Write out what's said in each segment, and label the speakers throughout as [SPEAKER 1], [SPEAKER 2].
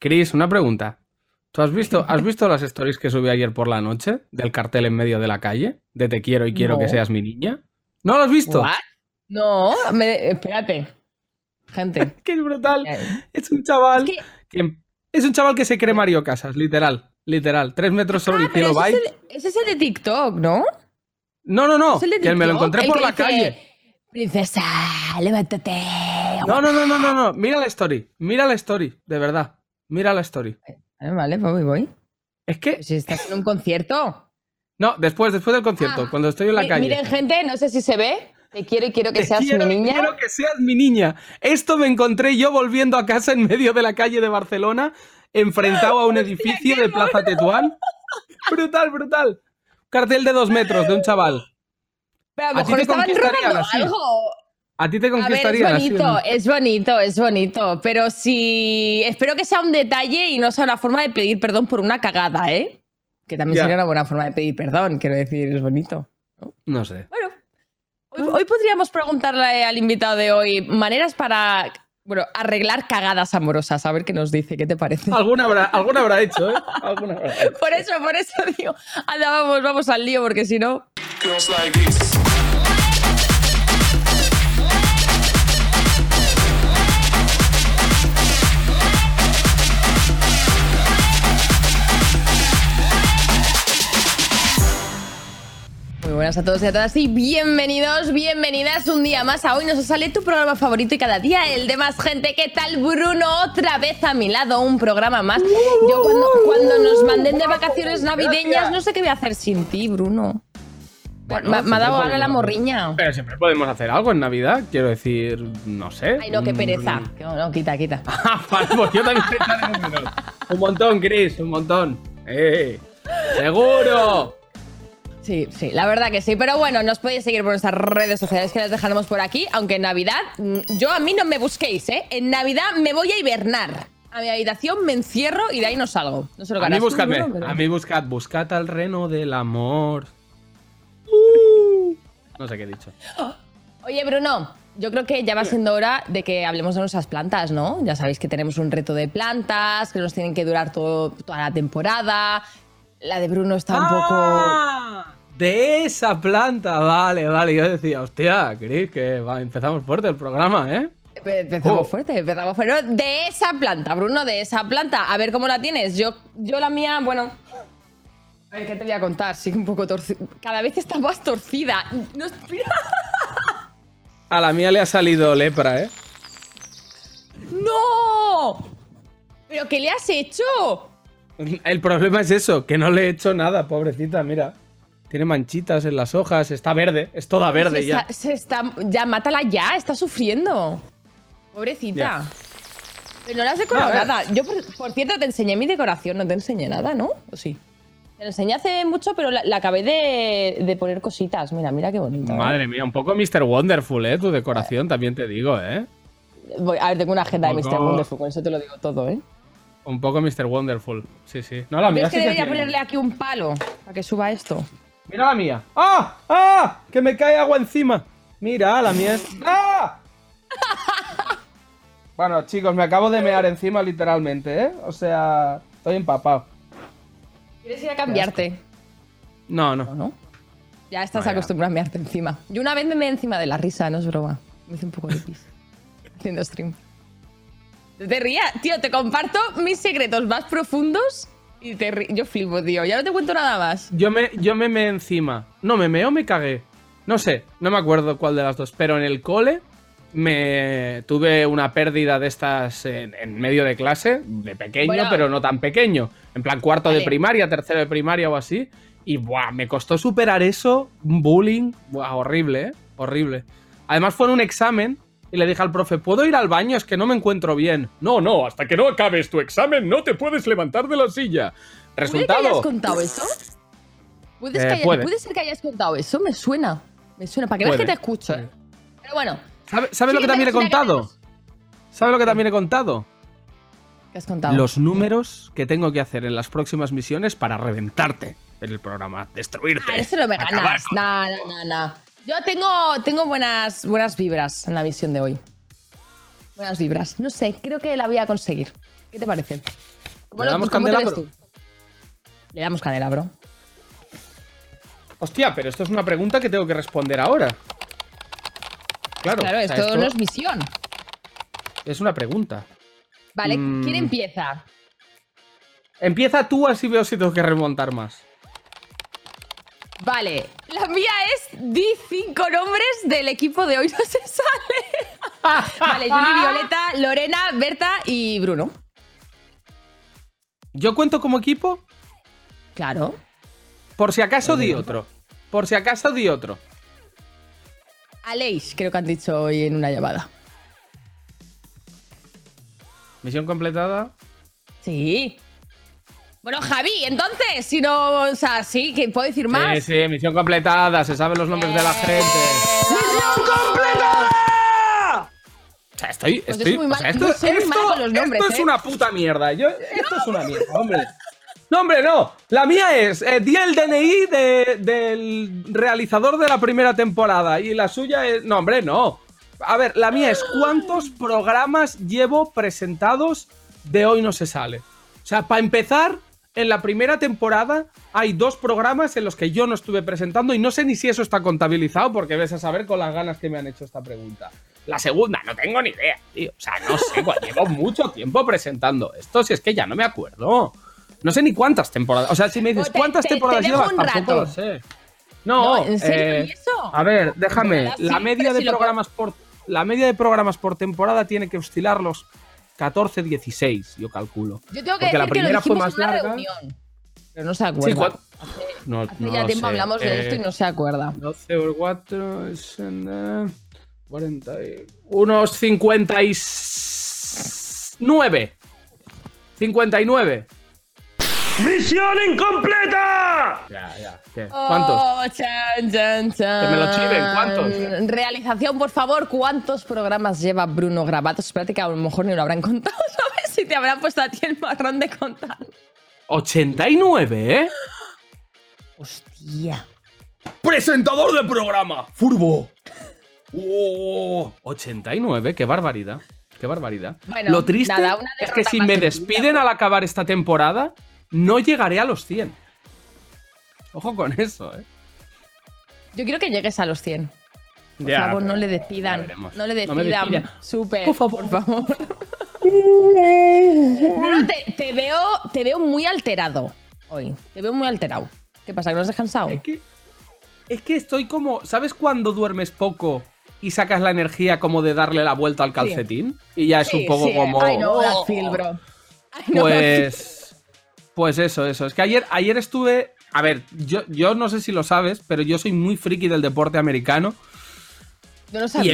[SPEAKER 1] Chris, una pregunta. ¿Tú has visto las stories que subí ayer por la noche del cartel en medio de la calle? De te quiero y quiero que seas mi niña. ¿No lo has visto?
[SPEAKER 2] ¿What? No, espérate. Gente.
[SPEAKER 1] Que es brutal. Es un chaval que se cree Mario Casas, literal. 3 metros sobre el cielo.
[SPEAKER 2] Ese es el de TikTok, ¿no?
[SPEAKER 1] No.
[SPEAKER 2] ¿Es el de
[SPEAKER 1] Que me lo encontré por la calle.
[SPEAKER 2] Princesa, levántate.
[SPEAKER 1] No. Mira la story, de verdad. Mira la story.
[SPEAKER 2] Vale, voy.
[SPEAKER 1] Es que...
[SPEAKER 2] Si estás en un concierto.
[SPEAKER 1] No, después del concierto, cuando estoy en la calle.
[SPEAKER 2] Miren, gente, no sé si se ve. Te quiero y quiero que seas mi niña.
[SPEAKER 1] Quiero que seas mi niña. Esto me encontré yo volviendo a casa en medio de la calle de Barcelona, enfrentado a un edificio de Plaza Tetuán. Brutal. Cartel de 2 metros de un chaval.
[SPEAKER 2] Pero a lo mejor estaban robando algo.
[SPEAKER 1] A ti te conquistarían así.
[SPEAKER 2] Es bonito. Pero sí, espero que sea un detalle y no sea una forma de pedir perdón por una cagada, ¿eh? Que también sería una buena forma de pedir perdón, quiero decir, es bonito.
[SPEAKER 1] No sé.
[SPEAKER 2] Bueno. Hoy podríamos preguntarle al invitado de hoy maneras para, arreglar cagadas amorosas. A ver qué nos dice, ¿qué te parece?
[SPEAKER 1] Alguna habrá hecho, ¿eh?
[SPEAKER 2] Por eso digo, vamos al lío, porque si no... Muy buenas a todos y a todas y bienvenidos, bienvenidas un día más a Hoy Nos Sale, tu programa favorito y cada día el de más gente. ¿Qué tal, Bruno? Otra vez a mi lado, un programa más. Yo cuando nos manden de vacaciones navideñas no sé qué voy a hacer sin ti, Bruno. Bueno, me ha dado ahora la morriña.
[SPEAKER 1] Pero siempre podemos hacer algo en Navidad, quiero decir, no sé.
[SPEAKER 2] Ay, no, qué pereza. No, quita.
[SPEAKER 1] Vale, pues yo también pensaré un montón, Chris, un montón. ¡Seguro!
[SPEAKER 2] Sí, la verdad que sí. Pero bueno, nos podéis seguir por nuestras redes sociales que las dejaremos por aquí. Aunque en Navidad, a mí no me busquéis, ¿eh? En Navidad me voy a hibernar. A mi habitación me encierro y de ahí no salgo. No sé lo que harás.
[SPEAKER 1] A mí buscad al reno del amor. No sé qué he dicho.
[SPEAKER 2] Oye, Bruno, yo creo que ya va siendo hora de que hablemos de nuestras plantas, ¿no? Ya sabéis que tenemos un reto de plantas, que nos tienen que durar toda la temporada. La de Bruno está un poco...
[SPEAKER 1] De esa planta, vale. Yo decía, hostia, Chris, que empezamos fuerte el programa, ¿eh?
[SPEAKER 2] Empezamos fuerte. De esa planta, Bruno, de esa planta. A ver cómo la tienes. Yo la mía, bueno... A ver, ¿qué te voy a contar? Sí, un poco torcida. Cada vez está más torcida. No,
[SPEAKER 1] a la mía le ha salido lepra, ¿eh?
[SPEAKER 2] ¡No! ¿Pero qué le has hecho?
[SPEAKER 1] El problema es eso, que no le he hecho nada, pobrecita, mira. Tiene manchitas en las hojas, está verde, es toda verde ya.
[SPEAKER 2] Ya, mátala ya, está sufriendo. Pobrecita. Ya. Pero no le has decorado nada. Yo, por cierto, te enseñé mi decoración, no te enseñé nada, ¿no? ¿O sí? Te lo enseñé hace mucho, pero la acabé de poner cositas. Mira qué bonito.
[SPEAKER 1] Madre mía, un poco Mr. Wonderful, ¿eh? Tu decoración, también te digo, ¿eh?
[SPEAKER 2] A ver, tengo una agenda de Mr. Wonderful, con eso te lo digo todo, ¿eh?
[SPEAKER 1] Un poco Mr. Wonderful, sí. No, la mía
[SPEAKER 2] es que debería ponerle aquí un palo para que suba esto.
[SPEAKER 1] Mira la mía. ¡Ah! Que me cae agua encima. Mira, la mía es... ¡Ah! Bueno, chicos, me acabo de mear encima literalmente, ¿eh? O sea, estoy empapado.
[SPEAKER 2] ¿Quieres ir a cambiarte?
[SPEAKER 1] No.
[SPEAKER 2] Ya estás acostumbrado a mearte encima. Yo una vez me meé encima de la risa, no es broma. Me hice un poco de pis haciendo stream. No te rías, tío, te comparto mis secretos más profundos y yo flipo, tío. Ya no te cuento nada más.
[SPEAKER 1] Yo me meé encima. No, me meé o me cagué. No sé, no me acuerdo cuál de las dos. Pero en el cole tuve una pérdida de estas en medio de clase, de pequeño, pero no tan pequeño. En plan cuarto de primaria, tercero de primaria o así. Y me costó superar eso, un bullying. Horrible, ¿eh? Horrible. Además fue en un examen. Y le dije al profe, ¿puedo ir al baño? Es que no me encuentro bien. No, hasta que no acabes tu examen no te puedes levantar de la silla. Resultado...
[SPEAKER 2] ¿Puede que hayas contado eso? ¿Puede ser que hayas contado eso? Me suena, para que veas que te escucho. Pero bueno.
[SPEAKER 1] ¿Sabes lo que también he contado? ¿Sabes lo que también he contado?
[SPEAKER 2] ¿Qué has contado?
[SPEAKER 1] Los números que tengo que hacer en las próximas misiones para reventarte en el programa, destruirte.
[SPEAKER 2] Eso no me ganas. No. Yo tengo buenas vibras en la misión de hoy. Buenas vibras. No sé, creo que la voy a conseguir. ¿Qué te parece?
[SPEAKER 1] ¿Le damos candelabro?
[SPEAKER 2] Tú? Le damos candelabro.
[SPEAKER 1] Hostia, pero esto es una pregunta que tengo que responder ahora. Claro,
[SPEAKER 2] Claro, esto no es misión.
[SPEAKER 1] Es una pregunta.
[SPEAKER 2] Vale, ¿quién empieza?
[SPEAKER 1] Empieza tú, así veo si tengo que remontar más.
[SPEAKER 2] Vale, la mía es di 5 nombres del equipo de Hoy No Se Sale. Vale, Juli, Violeta, Lorena, Berta y Bruno.
[SPEAKER 1] ¿Yo cuento como equipo?
[SPEAKER 2] Claro.
[SPEAKER 1] Por si acaso di otro. Por si acaso di otro.
[SPEAKER 2] Aleix, creo que han dicho hoy en una llamada.
[SPEAKER 1] Misión completada.
[SPEAKER 2] Sí. Bueno, Javi, entonces, si no, o sea, sí, que puedo decir más.
[SPEAKER 1] Sí, sí, misión completada, se saben los nombres de la gente. ¡Misión completada! O sea, estoy
[SPEAKER 2] muy mal,
[SPEAKER 1] o sea, esto es una puta mierda. Esto es una mierda, hombre. No, hombre, no. La mía es, di el DNI del realizador de la primera temporada. Y la suya es... No, hombre, no. A ver, la mía es, ¿cuántos programas llevo presentados de Hoy No Se Sale? O sea, para empezar, en la primera temporada hay 2 programas en los que yo no estuve presentando y no sé ni si eso está contabilizado porque ves a saber con las ganas que me han hecho esta pregunta. La segunda, no tengo ni idea, tío. O sea, no sé, pues llevo mucho tiempo presentando esto, si es que ya no me acuerdo. No sé ni cuántas temporadas. O sea, si me dices cuántas temporadas llevas, tampoco lo sé. No,
[SPEAKER 2] ¿en serio? ¿Y eso?
[SPEAKER 1] A ver, déjame.
[SPEAKER 2] Sí,
[SPEAKER 1] la media de
[SPEAKER 2] si
[SPEAKER 1] programas por temporada tiene que oscilar los 14, 16, yo calculo.
[SPEAKER 2] Yo tengo que
[SPEAKER 1] porque
[SPEAKER 2] decir
[SPEAKER 1] la primera
[SPEAKER 2] que lo
[SPEAKER 1] fue más
[SPEAKER 2] en una
[SPEAKER 1] larga.
[SPEAKER 2] Reunión, pero no se acuerda.
[SPEAKER 1] Sí,
[SPEAKER 2] hace
[SPEAKER 1] no
[SPEAKER 2] ya
[SPEAKER 1] lo
[SPEAKER 2] tiempo
[SPEAKER 1] sé.
[SPEAKER 2] hablamos de esto y no se acuerda.
[SPEAKER 1] 12 por 4 es 40 unos 59. 59.
[SPEAKER 3] ¡Misión incompleta!
[SPEAKER 1] Ya. ¿Qué? ¿Cuántos?
[SPEAKER 2] Oh, chan, chan, chan.
[SPEAKER 1] Que me lo chiven, ¿cuántos?
[SPEAKER 2] Realización, por favor, ¿cuántos programas lleva Bruno grabados? Espérate que a lo mejor ni lo habrán contado, ¿sabes? Si te habrán puesto a ti el marrón de contar.
[SPEAKER 1] 89, ¿eh?
[SPEAKER 2] Hostia.
[SPEAKER 1] ¡Presentador de programa! ¡Furbo! ¡Oh! 89, qué barbaridad. Qué barbaridad.
[SPEAKER 2] Bueno,
[SPEAKER 1] lo triste
[SPEAKER 2] nada, una
[SPEAKER 1] es que
[SPEAKER 2] derrota
[SPEAKER 1] si
[SPEAKER 2] más
[SPEAKER 1] me
[SPEAKER 2] que
[SPEAKER 1] despiden al acabar esta temporada, no llegaré a los 100. Ojo con eso, ¿eh?
[SPEAKER 2] Yo quiero que llegues a los 100. Por
[SPEAKER 1] Ya,
[SPEAKER 2] favor, no
[SPEAKER 1] pero
[SPEAKER 2] le
[SPEAKER 1] ya
[SPEAKER 2] despidan.
[SPEAKER 1] veremos.
[SPEAKER 2] No le
[SPEAKER 1] No me
[SPEAKER 2] despidan.
[SPEAKER 1] despidan.
[SPEAKER 2] Súper.
[SPEAKER 1] Por favor.
[SPEAKER 2] Por favor. Bruno, te veo muy alterado hoy. Te veo muy alterado. ¿Qué pasa? ¿Que no has descansado?
[SPEAKER 1] Es que estoy como... ¿Sabes cuando duermes poco y sacas la energía como de darle la vuelta al calcetín? Y ya es un poco como...
[SPEAKER 2] Ay, no, that feel, bro. I know that feel.
[SPEAKER 1] Pues eso. Es que ayer estuve... A ver, yo no sé si lo sabes, pero yo soy muy friki del deporte americano.
[SPEAKER 2] Yo no sabía.
[SPEAKER 1] Y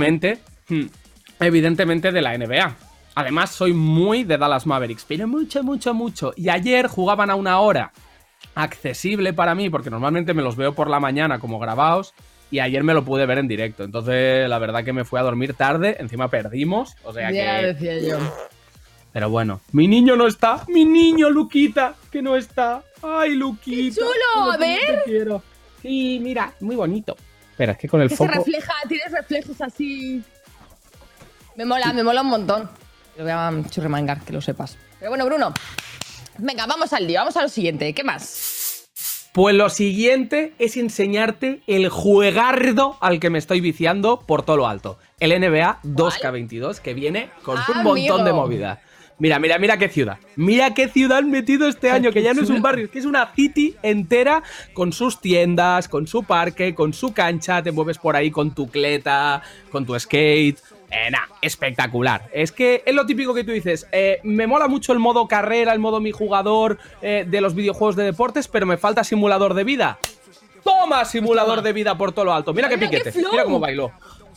[SPEAKER 1] evidentemente de la NBA. Además, soy muy de Dallas Mavericks, pero mucho. Y ayer jugaban a una hora accesible para mí, porque normalmente me los veo por la mañana como grabados, y ayer me lo pude ver en directo. Entonces, la verdad que me fui a dormir tarde, encima perdimos, o sea
[SPEAKER 2] Ya
[SPEAKER 1] que...
[SPEAKER 2] decía yo.
[SPEAKER 1] Pero bueno, mi niño no está, mi niño Luquita, que no está. Ay, Luquita.
[SPEAKER 2] ¡Qué chulo! A ver.
[SPEAKER 1] Te quiero. Sí, mira, muy bonito. Espera, es que con el
[SPEAKER 2] Que
[SPEAKER 1] foco...
[SPEAKER 2] se refleja, tienes reflejos así. Me mola un montón. Lo voy a churremangar, que lo sepas. Pero bueno, Bruno, venga, vamos al lío, vamos a lo siguiente. ¿Qué más?
[SPEAKER 1] Pues lo siguiente es enseñarte el juegardo al que me estoy viciando por todo lo alto. El NBA 2K22, que viene con un montón de movida. Mira qué ciudad. Mira qué ciudad han metido este año, que ya no es un barrio, es que es una city entera con sus tiendas, con su parque, con su cancha. Te mueves por ahí con tu cleta, con tu skate. Espectacular. Es que es lo típico que tú dices. Me mola mucho el modo carrera, el modo mi jugador de los videojuegos de deportes, pero me falta simulador de vida. ¡Toma, simulador de vida por todo lo alto! Mira qué piquete, mira cómo bailó.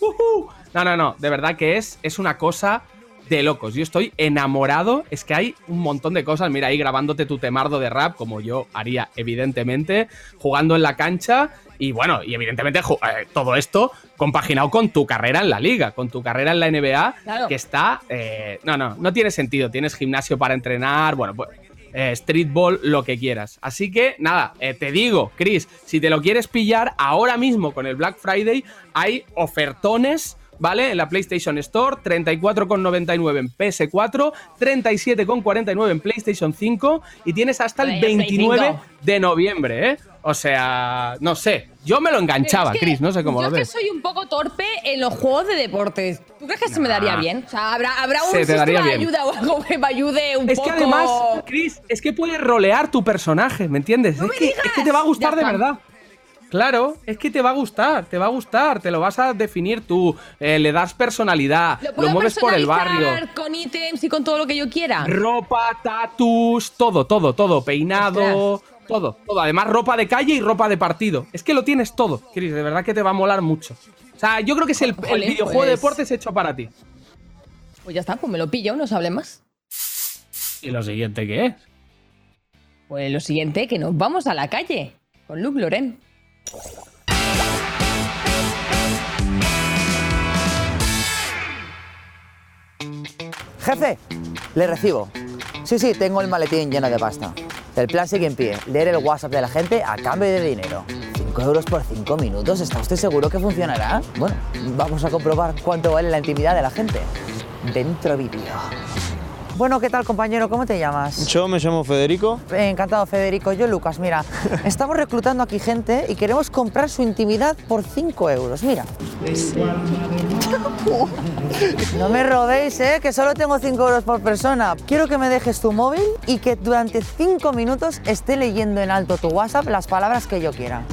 [SPEAKER 1] No, de verdad que es una cosa de locos. Yo estoy enamorado. Es que hay un montón de cosas. Mira ahí grabándote tu temardo de rap, como yo haría, evidentemente, jugando en la cancha. Y bueno, y evidentemente todo esto compaginado con tu carrera en la liga, con tu carrera en la NBA,
[SPEAKER 2] claro.
[SPEAKER 1] Que está... no tiene sentido. Tienes gimnasio para entrenar, bueno, pues streetball, lo que quieras. Así que, nada, te digo, Chris, si te lo quieres pillar, ahora mismo con el Black Friday hay ofertones ¿vale? En la PlayStation Store, 34,99 en PS4, 37,49 en PlayStation 5 y tienes hasta el 29 de noviembre, ¿eh? O sea, no sé. Yo me lo enganchaba, Chris, no sé cómo lo ves.
[SPEAKER 2] Yo es que soy un poco torpe en los juegos de deportes. ¿Tú crees que se me daría bien? O sea, ¿habrá un sistema de ayuda o algo que me ayude un poco?
[SPEAKER 1] Es que además, Chris, es que puedes rolear tu personaje, ¿me entiendes? Es que te va a gustar de verdad. Claro, es que te va a gustar, te lo vas a definir tú, le das personalidad, lo mueves por el barrio.
[SPEAKER 2] Con ítems y con todo lo que yo quiera.
[SPEAKER 1] Ropa, tatus, todo, peinado, todo. Además, ropa de calle y ropa de partido. Es que lo tienes todo, Chris, de verdad que te va a molar mucho. O sea, yo creo que es el videojuego de deportes hecho para ti.
[SPEAKER 2] Pues ya está, pues me lo pillo, no se hable más.
[SPEAKER 1] ¿Y lo siguiente qué es?
[SPEAKER 2] Pues lo siguiente, que nos vamos a la calle con Luke Loren.
[SPEAKER 4] Jefe, le recibo. Sí, tengo el maletín lleno de pasta. El plan sigue en pie, leer el WhatsApp de la gente a cambio de dinero. 5 euros por 5 minutos, ¿está usted seguro que funcionará? Bueno, vamos a comprobar cuánto vale la intimidad de la gente. Dentro vídeo. Bueno, ¿qué tal, compañero? ¿Cómo te llamas?
[SPEAKER 5] Yo me llamo Federico.
[SPEAKER 4] Encantado, Federico. Yo, Lucas. Mira, estamos reclutando aquí gente y queremos comprar su intimidad por 5 euros. Mira. No me robéis, que solo tengo 5 euros por persona. Quiero que me dejes tu móvil y que durante 5 minutos esté leyendo en alto tu WhatsApp las palabras que yo quiera.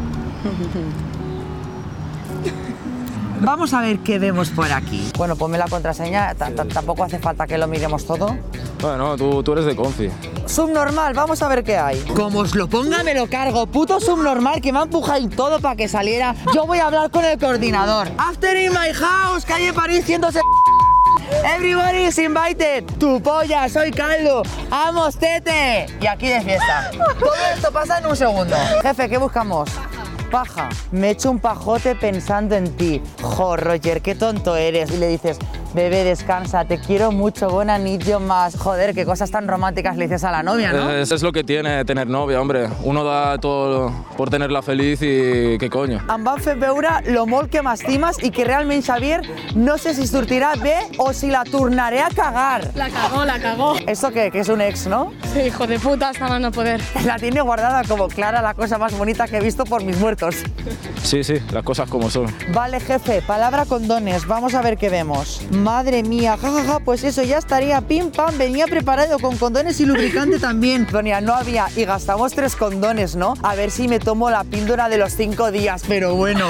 [SPEAKER 4] Vamos a ver qué vemos por aquí. Bueno, ponme la contraseña, tampoco hace falta que lo miremos todo.
[SPEAKER 5] Bueno, tú eres de confi.
[SPEAKER 4] Subnormal, vamos a ver qué hay. Como os lo ponga, me lo cargo. Puto subnormal que me ha empujado y todo para que saliera. Yo voy a hablar con el coordinador. After in my house, calle París 160. Everybody is invited. Tu polla, soy Caldo. ¡Vamos, tete! Y aquí de fiesta. Todo esto pasa en un segundo. Jefe, ¿qué buscamos? Paja. Me echo un pajote pensando en ti. Jo, Roger, qué tonto eres. Y le dices, bebé, descansa, te quiero mucho, bon anillo más. Joder, qué cosas tan románticas le dices a la novia, ¿no?
[SPEAKER 5] Eso es lo que tiene tener novia, hombre. Uno da todo por tenerla feliz y qué coño.
[SPEAKER 4] Em van fer veure lo molt que m'estimes i que realment, Xavier, no sé si sortirà bé o si la tornaré a cagar.
[SPEAKER 6] La cagó.
[SPEAKER 4] ¿Eso qué? Que es un ex, ¿no?
[SPEAKER 6] Sí, hijo de puta, hasta más no poder.
[SPEAKER 4] La tiene guardada como Clara, la cosa más bonita que he visto por mis muertos.
[SPEAKER 5] Sí, las cosas como son.
[SPEAKER 4] Vale, jefe, palabra condones. Vamos a ver qué vemos. Madre mía, jajaja, pues eso ya estaría pim pam. Venía preparado con condones y lubricante también. Doña, no había y gastamos 3 condones, ¿no? A ver si me tomo la píldora de los 5 días, pero bueno.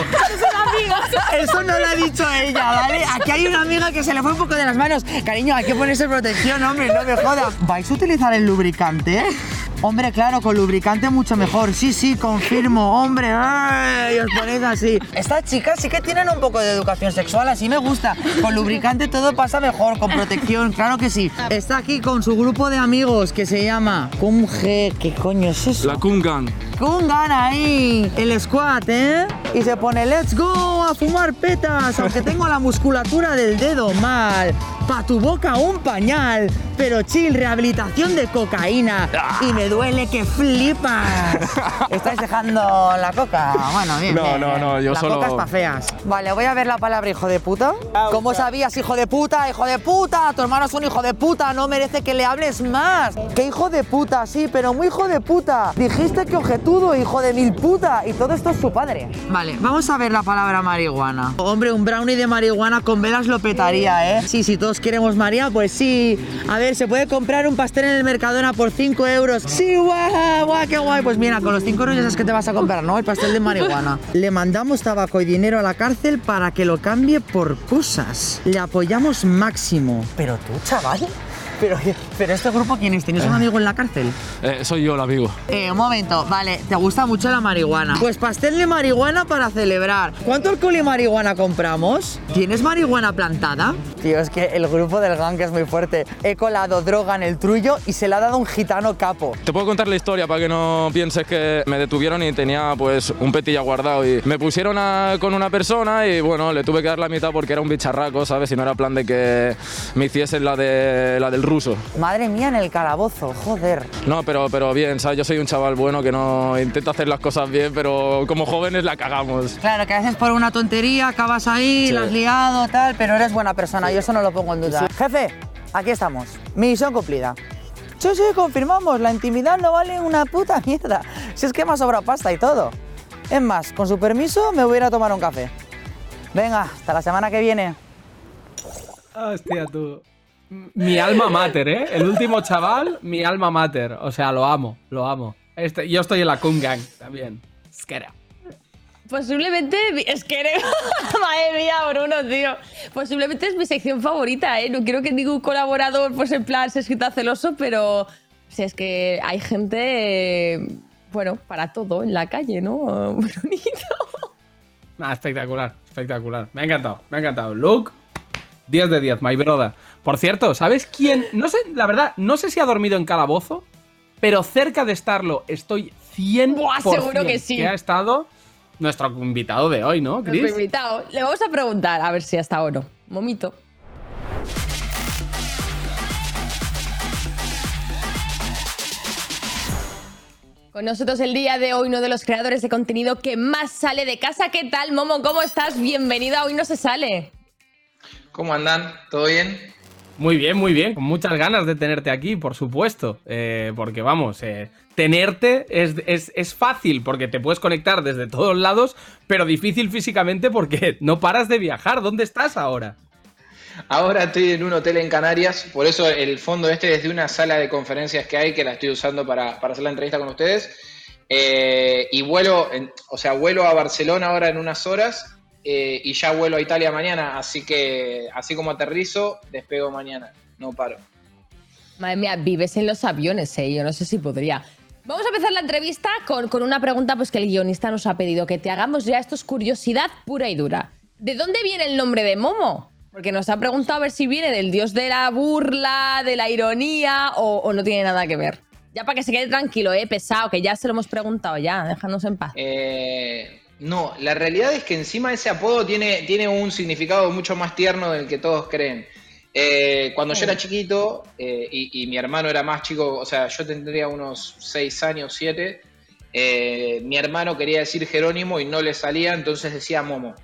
[SPEAKER 4] Eso no lo ha dicho ella, ¿vale? Aquí hay una amiga que se le fue un poco de las manos. Cariño, hay que ponerse protección, hombre, no me jodas. ¿Vais a utilizar el lubricante? Hombre, claro, con lubricante mucho mejor. Sí, confirmo, hombre. ¡Ay! Os ponéis así. Estas chicas sí que tienen un poco de educación sexual, así me gusta. Con lubricante todo pasa mejor, con protección, claro que sí. Está aquí con su grupo de amigos que se llama Kumge. ¿Qué coño es eso?
[SPEAKER 5] La Kungan.
[SPEAKER 4] Kungan ahí, el squat, ¿eh? Y se pone, let's go a fumar petas, aunque tengo la musculatura del dedo mal. Pa' tu boca un pañal, pero chill, rehabilitación de cocaína. Y me duele que flipas. ¿Estáis dejando la coca? Bueno, bien.
[SPEAKER 5] No, yo solo...
[SPEAKER 4] La coca es pa' feas. Vale, voy a ver la palabra hijo de puta. ¿Cómo sabías, hijo de puta? ¡Hijo de puta! Tu hermano es un hijo de puta, no merece que le hables más. ¿Qué hijo de puta? Sí, pero muy hijo de puta. Dijiste que ojetudo, hijo de mil puta. Y todo esto es su padre. Vale, vamos a ver la palabra marihuana. Hombre, un brownie de marihuana con velas lo petaría, ¿eh? Sí, todos queremos María, pues sí. A ver, ¿se puede comprar un pastel en el Mercadona por 5 euros? Sí, guau, qué guay. Pues mira, con los 5 euros ya sabes que te vas a comprar, ¿no? El pastel de marihuana. Le mandamos tabaco y dinero a la cárcel para que lo cambie por cosas. Le apoyamos máximo. Pero tú, chaval... Pero este grupo, ¿quién es? ¿Tienes un amigo en la cárcel?
[SPEAKER 5] Soy yo el amigo.
[SPEAKER 4] Un momento, vale, te gusta mucho la marihuana. Pues pastel de marihuana para celebrar. ¿Cuánto alcohol y marihuana compramos? ¿Tienes marihuana plantada? Tío, es que el grupo del gang es muy fuerte. He colado droga en el trullo y se la ha dado un gitano capo.
[SPEAKER 5] Te puedo contar la historia para que no pienses que me detuvieron y tenía pues un petilla guardado y me pusieron con una persona y bueno, le tuve que dar la mitad porque era un bicharraco, ¿sabes? Y no era plan de que me hiciesen la del ruso.
[SPEAKER 4] Madre mía, en el calabozo, joder.
[SPEAKER 5] No, pero bien, ¿sabes? Yo soy un chaval bueno que no intenta hacer las cosas bien, pero como jóvenes la cagamos.
[SPEAKER 4] Claro, que a veces por una tontería acabas ahí,
[SPEAKER 5] Sí.
[SPEAKER 4] la has liado, tal, pero eres buena persona, yo eso no lo pongo en duda. Jefe, aquí estamos. Misión cumplida. Sí, confirmamos, la intimidad no vale una puta mierda. Si es que me ha sobrado pasta y todo. Es más, con su permiso me voy a ir a tomar un café. Venga, hasta la semana que viene.
[SPEAKER 1] Hostia, tú. Mi alma mater, ¿eh? El último chaval, mi alma mater. O sea, lo amo, lo amo. Yo estoy en la Kun Gang también. Skera.
[SPEAKER 2] Posiblemente es que eres... Madre mía, Bruno, tío. Posiblemente es mi sección favorita, ¿eh? No quiero que ningún colaborador, pues en plan, se sienta celoso, pero... O sea, es que hay gente... bueno, para todo en la calle, ¿no? Brunito.
[SPEAKER 1] Ah, espectacular, espectacular. Me ha encantado. Luke, 10 de 10, my brother. Por cierto, ¿sabes quién? No sé, la verdad, no sé si ha dormido en calabozo, pero cerca de estarlo estoy 100%.
[SPEAKER 2] Buah, seguro que sí.
[SPEAKER 1] Que ha estado nuestro invitado de hoy, ¿no, Chris?
[SPEAKER 2] Nuestro invitado. Le vamos a preguntar a ver si hasta o no. Momito. Con nosotros el día de hoy uno de los creadores de contenido que más sale de casa. ¿Qué tal, Momo? ¿Cómo estás? Bienvenido a Hoy No Se Sale.
[SPEAKER 7] ¿Cómo andan? ¿Todo bien?
[SPEAKER 1] Muy bien. Con muchas ganas de tenerte aquí, por supuesto. Porque vamos, tenerte es fácil porque te puedes conectar desde todos lados, pero difícil físicamente porque no paras de viajar. ¿Dónde estás ahora?
[SPEAKER 7] Ahora estoy en un hotel en Canarias, por eso el fondo es de una sala de conferencias que hay, que la estoy usando para hacer la entrevista con ustedes. Y vuelo a Barcelona ahora en unas horas y ya vuelo a Italia mañana, así que así como aterrizo, despego mañana, no paro.
[SPEAKER 2] Madre mía, vives en los aviones, ¿eh? Yo no sé si podría. Vamos a empezar la entrevista con una pregunta pues, que el guionista nos ha pedido que te hagamos ya. Esto es curiosidad pura y dura. ¿De dónde viene el nombre de Momo? Porque nos ha preguntado a ver si viene del dios de la burla, de la ironía o no tiene nada que ver. Ya para que se quede tranquilo, pesado, que ya se lo hemos preguntado ya, déjanos en paz.
[SPEAKER 7] No, la realidad es que encima ese apodo tiene un significado mucho más tierno del que todos creen. Cuando yo era chiquito y mi hermano era más chico, o sea, yo tendría unos 6 años, 7, mi hermano quería decir Jerónimo y no le salía, entonces decía Momo.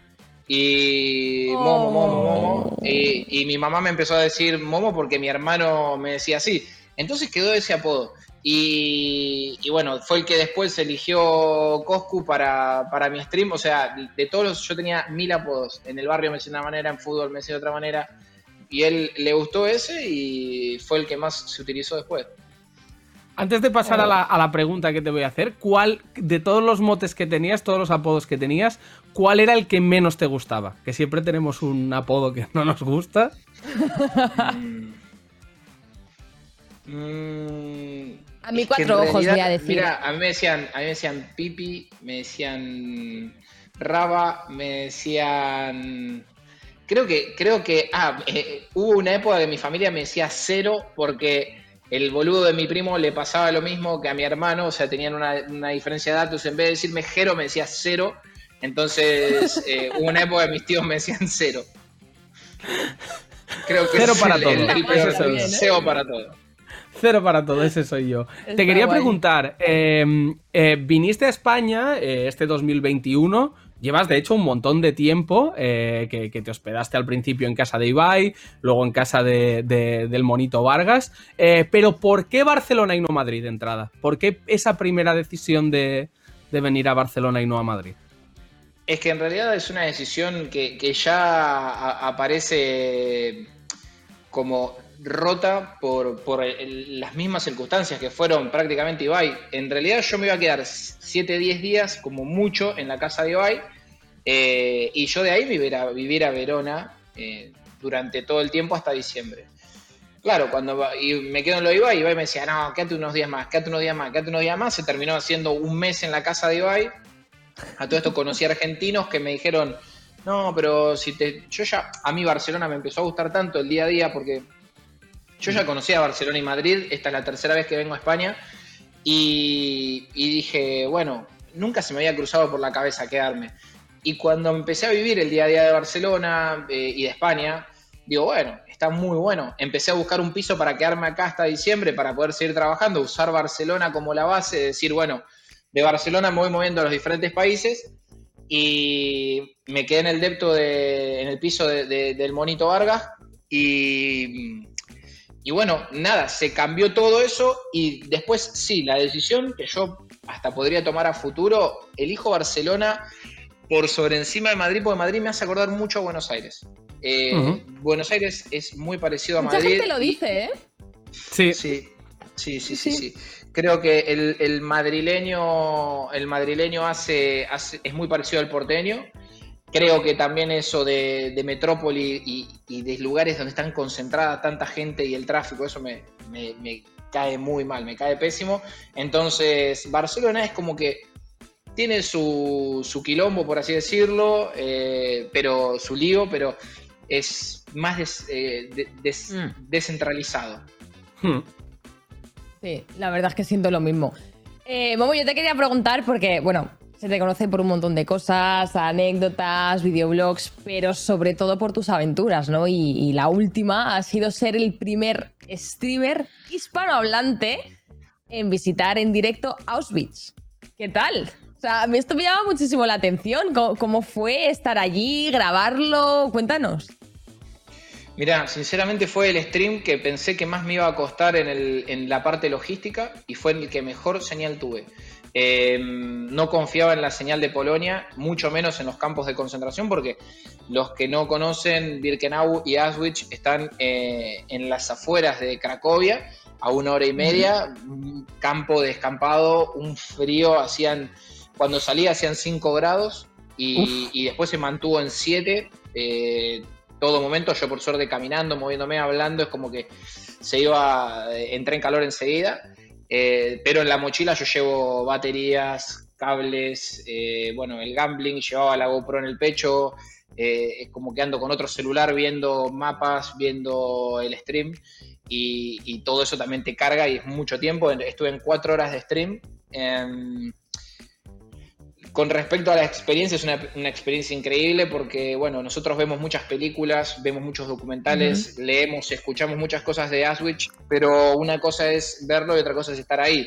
[SPEAKER 7] Y Momo. Y mi mamá me empezó a decir Momo porque mi hermano me decía así. Entonces quedó ese apodo. Y bueno, fue el que después eligió Coscu para mi stream. O sea, de todos los, yo tenía 1000 apodos. En el barrio me decía de una manera, en fútbol me decía de otra manera. Y él le gustó ese y fue el que más se utilizó después.
[SPEAKER 1] Antes de pasar a la pregunta que te voy a hacer, ¿cuál de todos los motes que tenías, todos los apodos que tenías, cuál era el que menos te gustaba? Que siempre tenemos un apodo que no nos gusta.
[SPEAKER 2] A mí 4 ojos voy a decir.
[SPEAKER 7] Mira, a mí me decían Pipi, me decían Raba, me decían... Creo que hubo una época que mi familia me decía Cero porque el boludo de mi primo le pasaba lo mismo que a mi hermano, o sea, tenían una diferencia de datos. En vez de decirme Jero, me decía Cero. Entonces, hubo una época que mis tíos me decían Cero. Creo que
[SPEAKER 1] Cero
[SPEAKER 7] es
[SPEAKER 1] para todo.
[SPEAKER 7] el peor, Cero para todo.
[SPEAKER 1] Cero para todo, ese soy yo. Te quería preguntar, viniste a España este 2021, llevas de hecho un montón de tiempo, que te hospedaste al principio en casa de Ibai, luego en casa del Monito Vargas, pero ¿por qué Barcelona y no Madrid de entrada? ¿Por qué esa primera decisión de venir a Barcelona y no a Madrid?
[SPEAKER 7] Es que en realidad es una decisión que ya aparece como rota por las mismas circunstancias que fueron prácticamente Ibai. En realidad yo me iba a quedar 7-10 días como mucho en la casa de Ibai y yo de ahí me iba a vivir a Verona durante todo el tiempo hasta diciembre. Claro, y me quedo en lo de Ibai me decía, no, quédate unos días más, se terminó haciendo un mes en la casa de Ibai. A todo esto conocí argentinos que me dijeron, no, pero a mí Barcelona me empezó a gustar tanto el día a día porque yo ya conocía Barcelona y Madrid, esta es la tercera vez que vengo a España y dije, bueno, nunca se me había cruzado por la cabeza quedarme. Y cuando empecé a vivir el día a día de Barcelona y de España, digo, bueno, está muy bueno. Empecé a buscar un piso para quedarme acá hasta diciembre, para poder seguir trabajando, usar Barcelona como la base, decir, bueno, de Barcelona me voy moviendo a los diferentes países y me quedé en el depto, en el piso del Monito Vargas y bueno, nada, se cambió todo eso y después sí, la decisión que yo hasta podría tomar a futuro, elijo Barcelona por sobre encima de Madrid, porque Madrid me hace acordar mucho a Buenos Aires. Buenos Aires es muy parecido a
[SPEAKER 2] Mucha
[SPEAKER 7] Madrid.
[SPEAKER 2] gente lo dice, ¿eh?
[SPEAKER 1] Sí.
[SPEAKER 7] Sí. Creo que el madrileño es muy parecido al porteño. Creo que también eso de metrópoli y de lugares donde están concentradas tanta gente y el tráfico, eso me cae muy mal, me cae pésimo. Entonces, Barcelona es como que tiene su quilombo, por así decirlo, pero su lío, pero es más descentralizado.
[SPEAKER 2] Sí, la verdad es que siento lo mismo. Momo, yo te quería preguntar porque, bueno, se te conoce por un montón de cosas, anécdotas, videoblogs, pero sobre todo por tus aventuras, ¿no? Y la última ha sido ser el primer streamer hispanohablante en visitar en directo Auschwitz. ¿Qué tal? O sea, esto me llama muchísimo la atención. ¿Cómo fue estar allí, grabarlo? Cuéntanos.
[SPEAKER 7] Mirá, sinceramente fue el stream que pensé que más me iba a costar en la parte logística y fue el que mejor señal tuve. No confiaba en la señal de Polonia, mucho menos en los campos de concentración, porque los que no conocen, Birkenau y Auschwitz están en las afueras de Cracovia, a 1 hora y media, un campo descampado, un frío, cuando salía hacían 5 grados y después se mantuvo en 7 todo momento. Yo por suerte caminando, moviéndome, hablando, es como que entré en calor enseguida. Pero en la mochila yo llevo baterías, cables, el gambling, llevaba la GoPro en el pecho, es como que ando con otro celular viendo mapas, viendo el stream y todo eso también te carga y es mucho tiempo. Estuve en 4 horas de stream. Con respecto a la experiencia, es una experiencia increíble porque, bueno, nosotros vemos muchas películas, vemos muchos documentales, leemos, escuchamos muchas cosas de Auschwitz, pero una cosa es verlo y otra cosa es estar ahí.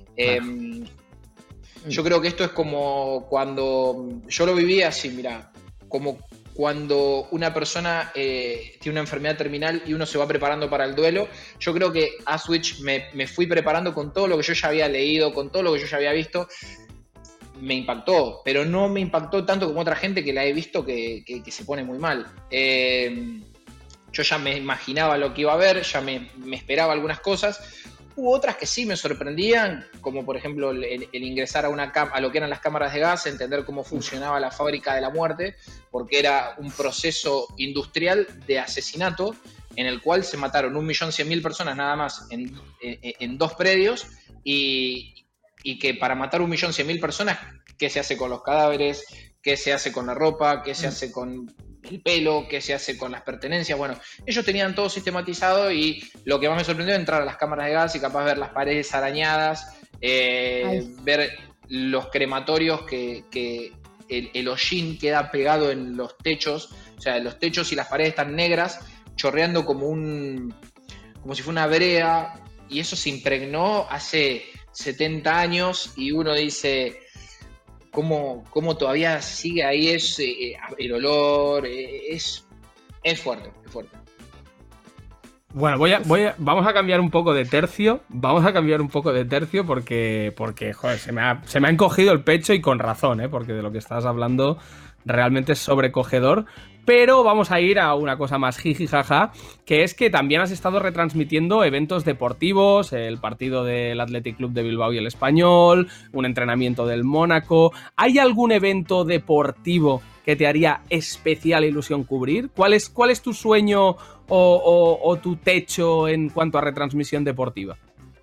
[SPEAKER 7] Yo creo que esto es como cuando yo lo viví así, mira, como cuando una persona tiene una enfermedad terminal y uno se va preparando para el duelo. Yo creo que Auschwitz me fui preparando con todo lo que yo ya había leído, con todo lo que yo ya había visto. Me impactó, pero no me impactó tanto como otra gente que la he visto que se pone muy mal. Yo ya me imaginaba lo que iba a ver, ya me esperaba algunas cosas. Hubo otras que sí me sorprendían, como por ejemplo el ingresar a lo que eran las cámaras de gas, entender cómo funcionaba la fábrica de la muerte, porque era un proceso industrial de asesinato en el cual se mataron 1.100.000 personas nada más en 2 predios y que para matar 1.100.000 personas, ¿qué se hace con los cadáveres? ¿Qué se hace con la ropa? ¿Qué se hace con el pelo? ¿Qué se hace con las pertenencias? Bueno, ellos tenían todo sistematizado y lo que más me sorprendió es entrar a las cámaras de gas y capaz ver las paredes arañadas, ver los crematorios que el hollín queda pegado en los techos, o sea, los techos y las paredes están negras, chorreando como si fuera una brea, y eso se impregnó hace 70 años y uno dice, ¿cómo todavía sigue ahí el olor? Es fuerte, es fuerte.
[SPEAKER 1] Bueno, vamos a cambiar un poco de tercio. Porque joder, se me ha encogido el pecho y con razón, porque de lo que estás hablando realmente es sobrecogedor. Pero vamos a ir a una cosa más jiji jaja, que es que también has estado retransmitiendo eventos deportivos, el partido del Athletic Club de Bilbao y el Español, un entrenamiento del Mónaco. ¿Hay algún evento deportivo que te haría especial ilusión cubrir? ¿Cuál es tu sueño o tu techo en cuanto a retransmisión deportiva?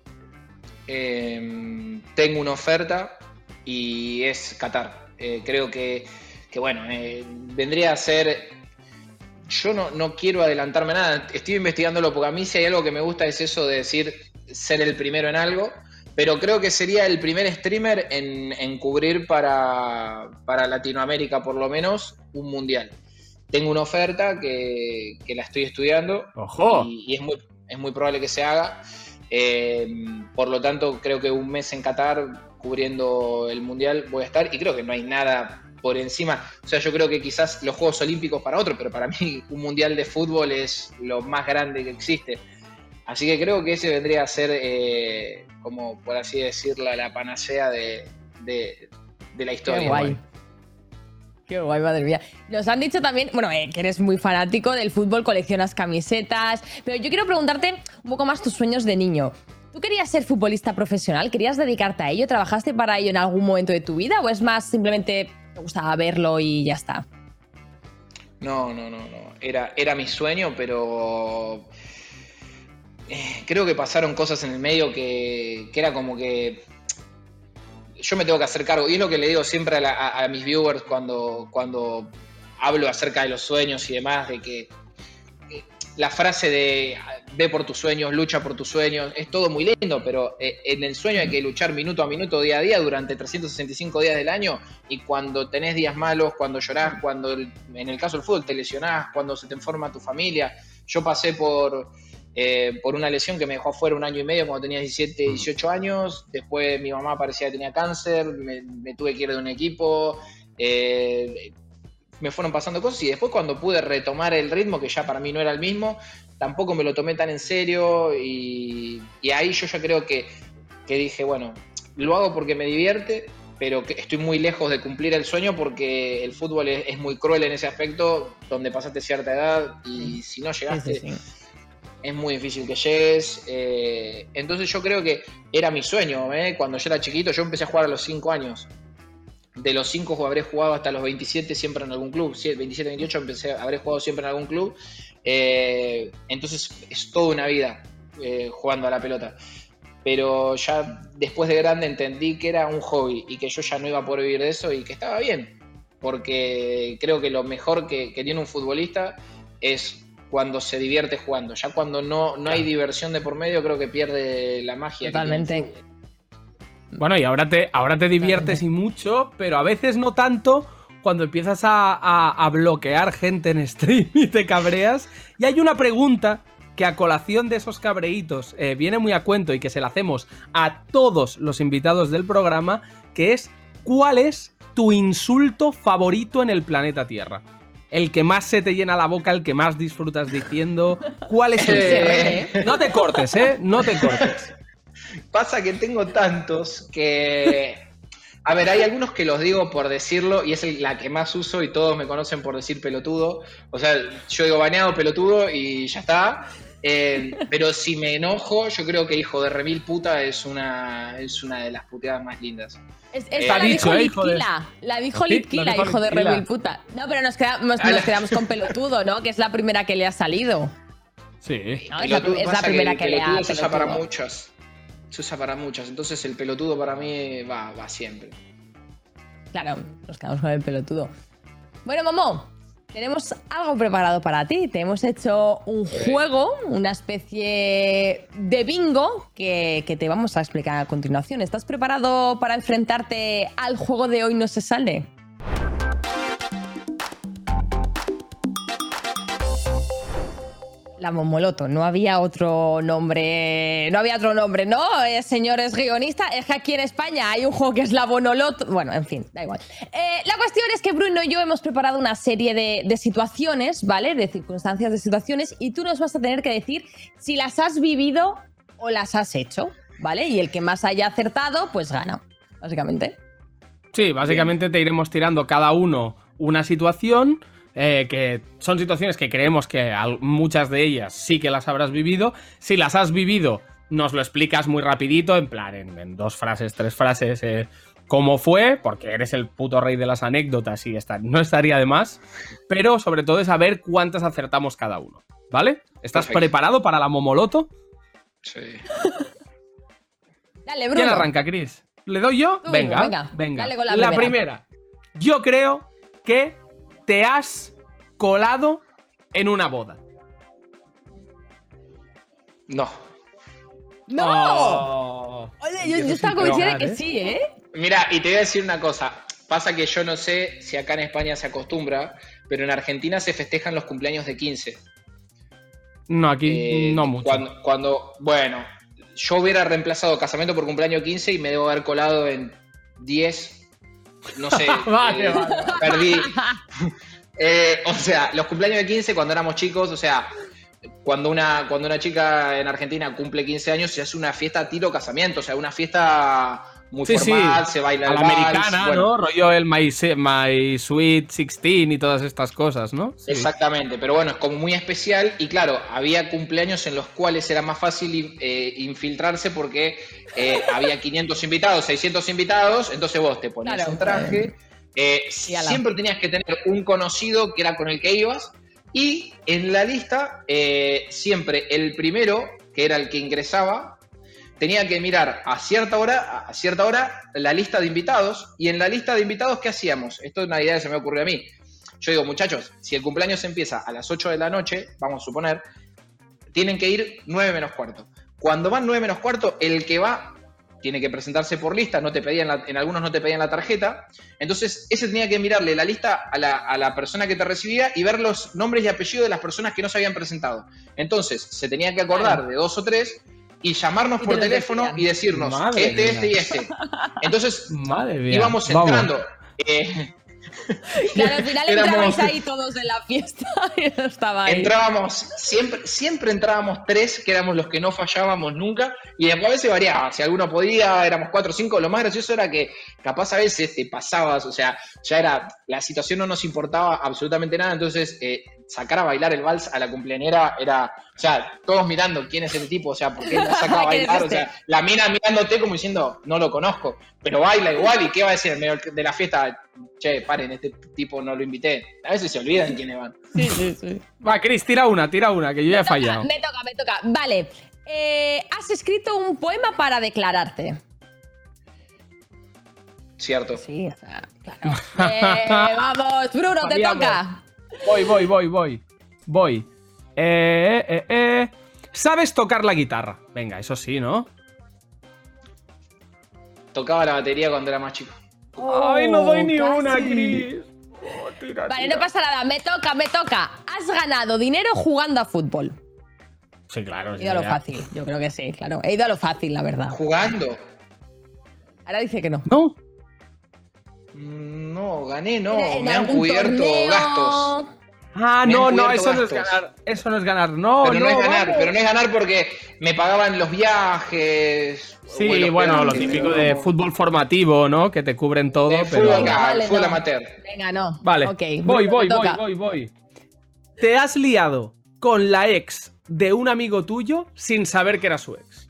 [SPEAKER 7] Tengo una oferta y es Qatar. Creo que vendría a ser... Yo no quiero adelantarme nada, estoy investigándolo porque a mí si hay algo que me gusta es eso de decir ser el primero en algo, pero creo que sería el primer streamer en cubrir para Latinoamérica por lo menos un mundial. tengo una oferta que la estoy estudiando.
[SPEAKER 1] ¡Ojo!
[SPEAKER 7] Y es muy probable que se haga. Por lo tanto, creo que un mes en Qatar cubriendo el Mundial voy a estar, y creo que no hay nada por encima. O sea, yo creo que quizás los Juegos Olímpicos para otro, pero para mí un Mundial de fútbol es lo más grande que existe. Así que creo que ese vendría a ser, como por así decirlo, la panacea de la historia.
[SPEAKER 2] Qué guay. Qué guay, madre mía. Nos han dicho también, bueno, que eres muy fanático del fútbol, coleccionas camisetas, pero yo quiero preguntarte un poco más tus sueños de niño. ¿Tú querías ser futbolista profesional? ¿Querías dedicarte a ello? ¿Trabajaste para ello en algún momento de tu vida? ¿O es más simplemente te gustaba verlo y ya está?
[SPEAKER 7] No. Era mi sueño, pero creo que pasaron cosas en el medio que era como que yo me tengo que hacer cargo. Y es lo que le digo siempre a mis viewers cuando hablo acerca de los sueños y demás, de que la frase de ve por tus sueños, lucha por tus sueños, es todo muy lindo, pero en el sueño hay que luchar minuto a minuto, día a día, durante 365 días del año, y cuando tenés días malos, cuando llorás, cuando en el caso del fútbol te lesionás, cuando se te enferma tu familia. Yo pasé por una lesión que me dejó afuera 1 año y medio cuando tenía 17, 18 años, después mi mamá parecía que tenía cáncer, me tuve que ir de un equipo, me fueron pasando cosas, y después cuando pude retomar el ritmo, que ya para mí no era el mismo, tampoco me lo tomé tan en serio, y ahí yo ya creo que dije, bueno, lo hago porque me divierte, pero que estoy muy lejos de cumplir el sueño porque el fútbol es muy cruel en ese aspecto, donde pasaste cierta edad y si no llegaste, sí. Es muy difícil que llegues. Entonces yo creo que era mi sueño, cuando yo era chiquito. Yo empecé a jugar a los 5 años. De los 5 habré jugado hasta los 27 siempre en algún club. 27, 28 habré jugado siempre en algún club. Entonces es toda una vida jugando a la pelota. Pero ya después de grande entendí que era un hobby y que yo ya no iba a poder vivir de eso, y que estaba bien. Porque creo que lo mejor que tiene un futbolista es cuando se divierte jugando. Ya cuando no hay diversión de por medio, creo que pierde la magia.
[SPEAKER 2] Totalmente.
[SPEAKER 1] Bueno, y ahora te diviertes y mucho, pero a veces no tanto cuando empiezas a bloquear gente en stream y te cabreas. Y hay una pregunta que a colación de esos cabreitos viene muy a cuento y que se la hacemos a todos los invitados del programa, que es: ¿cuál es tu insulto favorito en el planeta Tierra? El que más se te llena la boca, el que más disfrutas diciendo. ¿Cuál es el No te cortes, no te cortes.
[SPEAKER 7] Pasa que tengo tantos que... A ver, hay algunos que los digo por decirlo, y es la que más uso, y todos me conocen por decir pelotudo. O sea, yo digo baneado, pelotudo, y ya está. Pero si me enojo, yo creo que hijo de remil puta es una de las puteadas más lindas.
[SPEAKER 2] Esta la dijo Litquila. La dijo Litquila, hijo de remil puta. No, pero nos quedamos con pelotudo, ¿no? Que es la primera que le ha salido.
[SPEAKER 1] Sí.
[SPEAKER 2] No, es la primera que le ha salido.
[SPEAKER 7] Se usa para muchas. Se usa para muchas. Entonces el pelotudo para mí va siempre.
[SPEAKER 2] Claro, nos quedamos con el pelotudo. Bueno, Momo, tenemos algo preparado para ti. Te hemos hecho un juego, una especie de bingo que te vamos a explicar a continuación. ¿Estás preparado para enfrentarte al juego de Hoy No Se Sale? La Momoloto, no había otro nombre, ¿no? Señores guionistas, es que aquí en España hay un juego que es la Bonoloto. Bueno, en fin, da igual. La cuestión es que Bruno y yo hemos preparado una serie de situaciones, ¿vale? De circunstancias, de situaciones, y tú nos vas a tener que decir si las has vivido o las has hecho, ¿vale? Y el que más haya acertado, pues gana, básicamente.
[SPEAKER 1] Sí, básicamente te iremos tirando cada uno una situación. Que son situaciones que creemos que muchas de ellas sí que las habrás vivido. Si las has vivido, nos lo explicas muy rapidito, en plan, en 2 frases, 3 frases, cómo fue, porque eres el puto rey de las anécdotas y no estaría de más. Pero sobre todo es saber cuántas acertamos cada uno, ¿vale? ¿Estás preparado para la Momoloto?
[SPEAKER 7] Sí.
[SPEAKER 2] Dale, Bruno.
[SPEAKER 1] ¿Quién arranca, Chris? ¿Le doy yo? Venga.
[SPEAKER 2] Dale con
[SPEAKER 1] la primera. Yo creo que te has colado en una boda.
[SPEAKER 7] No.
[SPEAKER 2] ¡No!
[SPEAKER 1] Oh.
[SPEAKER 2] Oye, yo estaba convencida de que sí,
[SPEAKER 7] Mira, y te voy a decir una cosa. Pasa que yo no sé si acá en España se acostumbra, pero en Argentina se festejan los cumpleaños de 15.
[SPEAKER 1] No, aquí no mucho.
[SPEAKER 7] Bueno, yo hubiera reemplazado casamiento por cumpleaños 15 y me debo haber colado en 10. No sé.
[SPEAKER 1] Vale.
[SPEAKER 7] Perdí. O sea, los cumpleaños de 15 cuando éramos chicos, o sea, cuando una chica en Argentina cumple 15 años, se hace una fiesta tiro casamiento, o sea, una fiesta muy formal, se baila
[SPEAKER 1] a la americana, bueno, ¿no? Rollo el My Sweet 16 y todas estas cosas, ¿no? Sí.
[SPEAKER 7] Exactamente, pero bueno, es como muy especial y claro, había cumpleaños en los cuales era más fácil infiltrarse porque había 500 invitados, 600 invitados, entonces vos te ponías un traje, siempre tenías que tener un conocido que era con el que ibas y en la lista siempre el primero, que era el que ingresaba, tenía que mirar a cierta hora la lista de invitados y en la lista de invitados, ¿qué hacíamos? Esto es una idea que se me ocurrió a mí. Yo digo, muchachos, si el cumpleaños empieza a las 8 de la noche, vamos a suponer, tienen que ir 9 menos cuarto. Cuando van 9 menos cuarto, el que va tiene que presentarse por lista, en algunos no te pedían la tarjeta, entonces ese tenía que mirarle la lista a la persona que te recibía y ver los nombres y apellidos de las personas que no se habían presentado. Entonces se tenía que acordar de 2 o 3 y llamarnos por teléfono y decirnos este y este. Entonces íbamos entrando.
[SPEAKER 2] Claro, al final entrabais ahí todos en la fiesta y no estaba ahí.
[SPEAKER 7] Entrábamos, siempre entrábamos 3, que éramos los que no fallábamos nunca, y después a veces variaba, si alguno podía, éramos 4 o 5, lo más gracioso era que capaz a veces te pasabas, o sea, ya era, la situación no nos importaba absolutamente nada, entonces sacar a bailar el vals a la cumpleañera era, o sea, todos mirando quién es el tipo, o sea, por qué la saca a bailar, o sea, la mina mirándote como diciendo, no lo conozco, pero baila igual, y qué va a decir en medio de la fiesta, che, paren, este tipo no lo invité. A veces se olvidan quiénes van.
[SPEAKER 2] Sí.
[SPEAKER 1] Va, Cris, tira una, que yo ya he fallado.
[SPEAKER 2] Me toca. Vale. Has escrito un poema para declararte.
[SPEAKER 7] Cierto.
[SPEAKER 2] Sí, o sea, claro. Vamos, Bruno, te toca.
[SPEAKER 1] Voy. ¿Sabes tocar la guitarra? Venga, eso sí, ¿no?
[SPEAKER 7] Tocaba la batería cuando era más chico.
[SPEAKER 1] ¡Ay, no doy ni
[SPEAKER 2] casi
[SPEAKER 1] una, Cris!
[SPEAKER 2] Vale, no pasa nada, me toca. ¿Has ganado dinero jugando a fútbol?
[SPEAKER 1] Sí, claro.
[SPEAKER 2] He ido a lo fácil, yo creo que sí, claro. He ido a lo fácil, la verdad.
[SPEAKER 7] ¿Jugando?
[SPEAKER 2] Ahora dice que no.
[SPEAKER 1] ¿No?
[SPEAKER 7] No, gané, no.
[SPEAKER 2] ¿En
[SPEAKER 7] me han
[SPEAKER 2] algún
[SPEAKER 7] cubierto
[SPEAKER 2] torneo?
[SPEAKER 7] gastos.
[SPEAKER 1] Ah,
[SPEAKER 7] Me han
[SPEAKER 1] no,
[SPEAKER 7] cubierto
[SPEAKER 1] eso no es
[SPEAKER 7] gastos.
[SPEAKER 1] ganar. Eso no es ganar. No,
[SPEAKER 7] Pero no es ganar,
[SPEAKER 1] vamos.
[SPEAKER 7] pero no es ganar porque me pagaban los viajes.
[SPEAKER 1] Sí,
[SPEAKER 7] vuelos
[SPEAKER 1] bueno, lo
[SPEAKER 7] gratis,
[SPEAKER 1] típico
[SPEAKER 7] pero
[SPEAKER 1] de
[SPEAKER 7] no.
[SPEAKER 1] fútbol formativo, ¿no? Que te cubren todo,
[SPEAKER 7] De
[SPEAKER 1] pero...
[SPEAKER 7] fútbol,
[SPEAKER 2] Vale,
[SPEAKER 7] fútbol
[SPEAKER 2] no.
[SPEAKER 7] amateur.
[SPEAKER 2] Venga, no.
[SPEAKER 1] Vale,
[SPEAKER 2] Ok,
[SPEAKER 1] voy.
[SPEAKER 2] Bruno, te toca.
[SPEAKER 1] ¿Te has liado con la ex de un amigo tuyo sin saber que era su ex?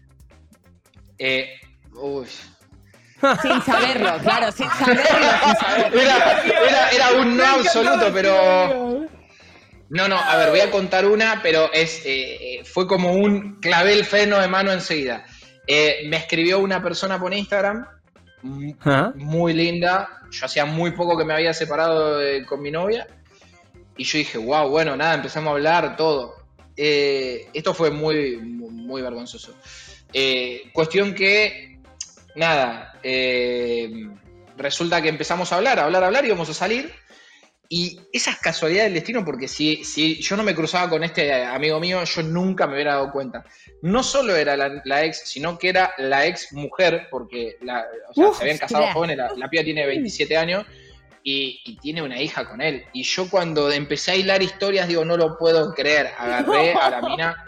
[SPEAKER 7] Uy.
[SPEAKER 2] Sin saberlo, claro, sin saberlo.
[SPEAKER 7] Era un no absoluto, pero... No, a ver, voy a contar una, pero fue como un clavé el freno de mano enseguida. Me escribió una persona por Instagram, muy linda. Yo hacía muy poco que me había separado con mi novia. Y yo dije, wow, bueno, nada, empezamos a hablar, todo. Esto fue muy vergonzoso. Cuestión que, nada, resulta que empezamos a hablar, íbamos a salir. Y esas casualidades del destino, porque si yo no me cruzaba con este amigo mío, yo nunca me hubiera dado cuenta. No solo era la ex, sino que era la ex mujer, porque se habían casado jóvenes, la piba tiene 27 años y tiene una hija con él. Y yo cuando empecé a hilar historias, digo, no lo puedo creer, agarré a la mina,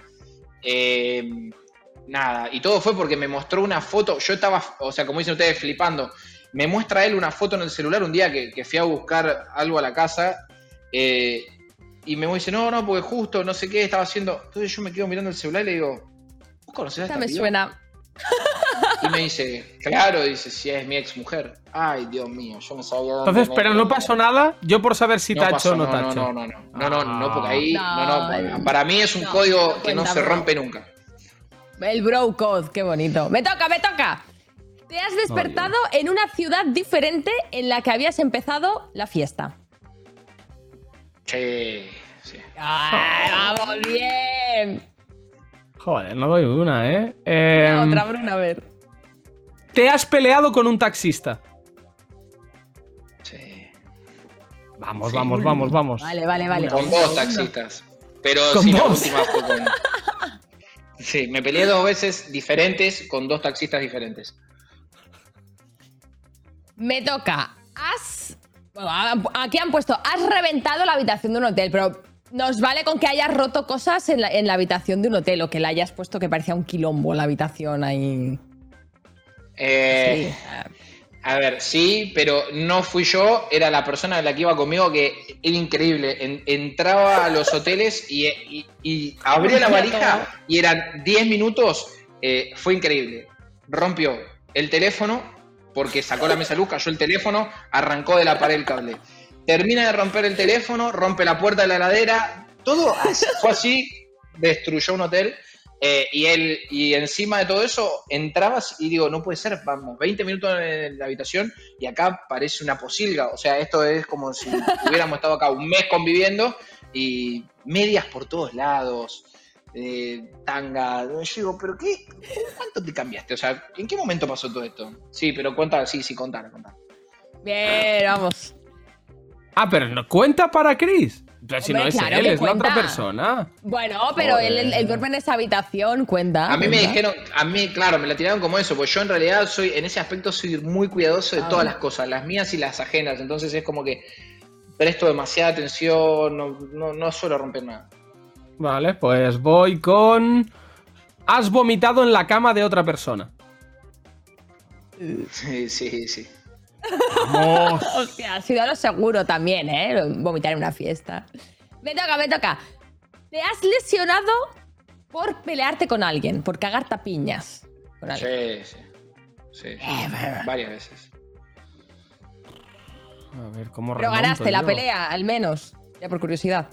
[SPEAKER 7] nada, y todo fue porque me mostró una foto, yo estaba, o sea, como dicen ustedes, flipando. Me muestra él una foto en el celular un día que fui a buscar algo a la casa y me dice, no, porque justo no sé qué estaba haciendo. Entonces yo me quedo mirando el celular y le digo, ¿vos conocés a esta
[SPEAKER 2] Me
[SPEAKER 7] piba?
[SPEAKER 2] suena.
[SPEAKER 7] Y me dice, claro, dice, si es mi ex mujer. Ay, Dios mío, yo no sabía dónde.
[SPEAKER 1] Entonces, pero no pasó nada, yo por saber si tacho o no tacho.
[SPEAKER 7] No, porque ahí,
[SPEAKER 2] No,
[SPEAKER 7] para mí es un código que no se rompe nunca.
[SPEAKER 2] El bro code, qué bonito. Me toca. Te has despertado en una ciudad diferente en la que habías empezado la fiesta.
[SPEAKER 7] Sí.
[SPEAKER 2] ¡Ay, vamos, bien!
[SPEAKER 1] Joder, no doy una, ¿eh?
[SPEAKER 2] Otra, Bruno, a ver.
[SPEAKER 1] ¿Te has peleado con un taxista?
[SPEAKER 7] Sí.
[SPEAKER 1] Vamos,
[SPEAKER 7] Sí.
[SPEAKER 1] vamos.
[SPEAKER 2] Vale.
[SPEAKER 7] Con 2 taxistas. Pero
[SPEAKER 1] ¿Con
[SPEAKER 7] sí, la
[SPEAKER 1] dos?
[SPEAKER 7] última fue con... Sí, me peleé 2 veces diferentes con 2 taxistas diferentes.
[SPEAKER 2] Me toca. Aquí han puesto, has reventado la habitación de un hotel, pero nos vale con que hayas roto cosas en la habitación de un hotel o que la hayas puesto que parecía un quilombo la habitación ahí. Sí.
[SPEAKER 7] A ver, sí, pero no fui yo, era la persona de la que iba conmigo que era increíble. Entraba a los hoteles y abría la valija y eran 10 minutos, fue increíble. Rompió el teléfono porque sacó la mesa de luz, cayó el teléfono, arrancó de la pared el cable. Termina de romper el teléfono, rompe la puerta de la heladera, todo fue así, destruyó un hotel. Y encima de todo eso entrabas y digo, no puede ser, vamos, 20 minutos en la habitación y acá parece una posilga, o sea, esto es como si hubiéramos estado acá un mes conviviendo y medias por todos lados, tanga, yo digo, pero ¿qué? ¿Cuánto te cambiaste? O sea, ¿en qué momento pasó todo esto? Sí, pero contá. Contá.
[SPEAKER 2] Bien, vamos.
[SPEAKER 1] Pero no cuenta para Chris. Pero si
[SPEAKER 2] Hombre,
[SPEAKER 1] no es
[SPEAKER 2] claro
[SPEAKER 1] él,
[SPEAKER 2] que
[SPEAKER 1] es la otra
[SPEAKER 2] cuenta.
[SPEAKER 1] persona.
[SPEAKER 2] Bueno, pero él duerme en esa habitación, cuenta.
[SPEAKER 7] A mí me
[SPEAKER 2] cuenta.
[SPEAKER 7] dijeron, claro, me la tiraron como eso, pues yo en realidad en ese aspecto soy muy cuidadoso de todas las cosas, las mías y las ajenas, entonces es como que presto demasiada atención, no suelo romper nada.
[SPEAKER 1] Vale, pues voy con... Has vomitado en la cama de otra persona.
[SPEAKER 7] Sí.
[SPEAKER 1] Vamos.
[SPEAKER 2] Hostia, ha sido a lo seguro también, ¿eh? Vomitar en una fiesta. Me toca. Te has lesionado por pelearte con alguien, por cagar tapiñas con alguien.
[SPEAKER 7] Sí. Varias veces.
[SPEAKER 1] A ver, ¿cómo
[SPEAKER 2] Pero
[SPEAKER 1] remonto
[SPEAKER 2] ganaste la
[SPEAKER 1] yo?
[SPEAKER 2] pelea, al menos. Ya por curiosidad.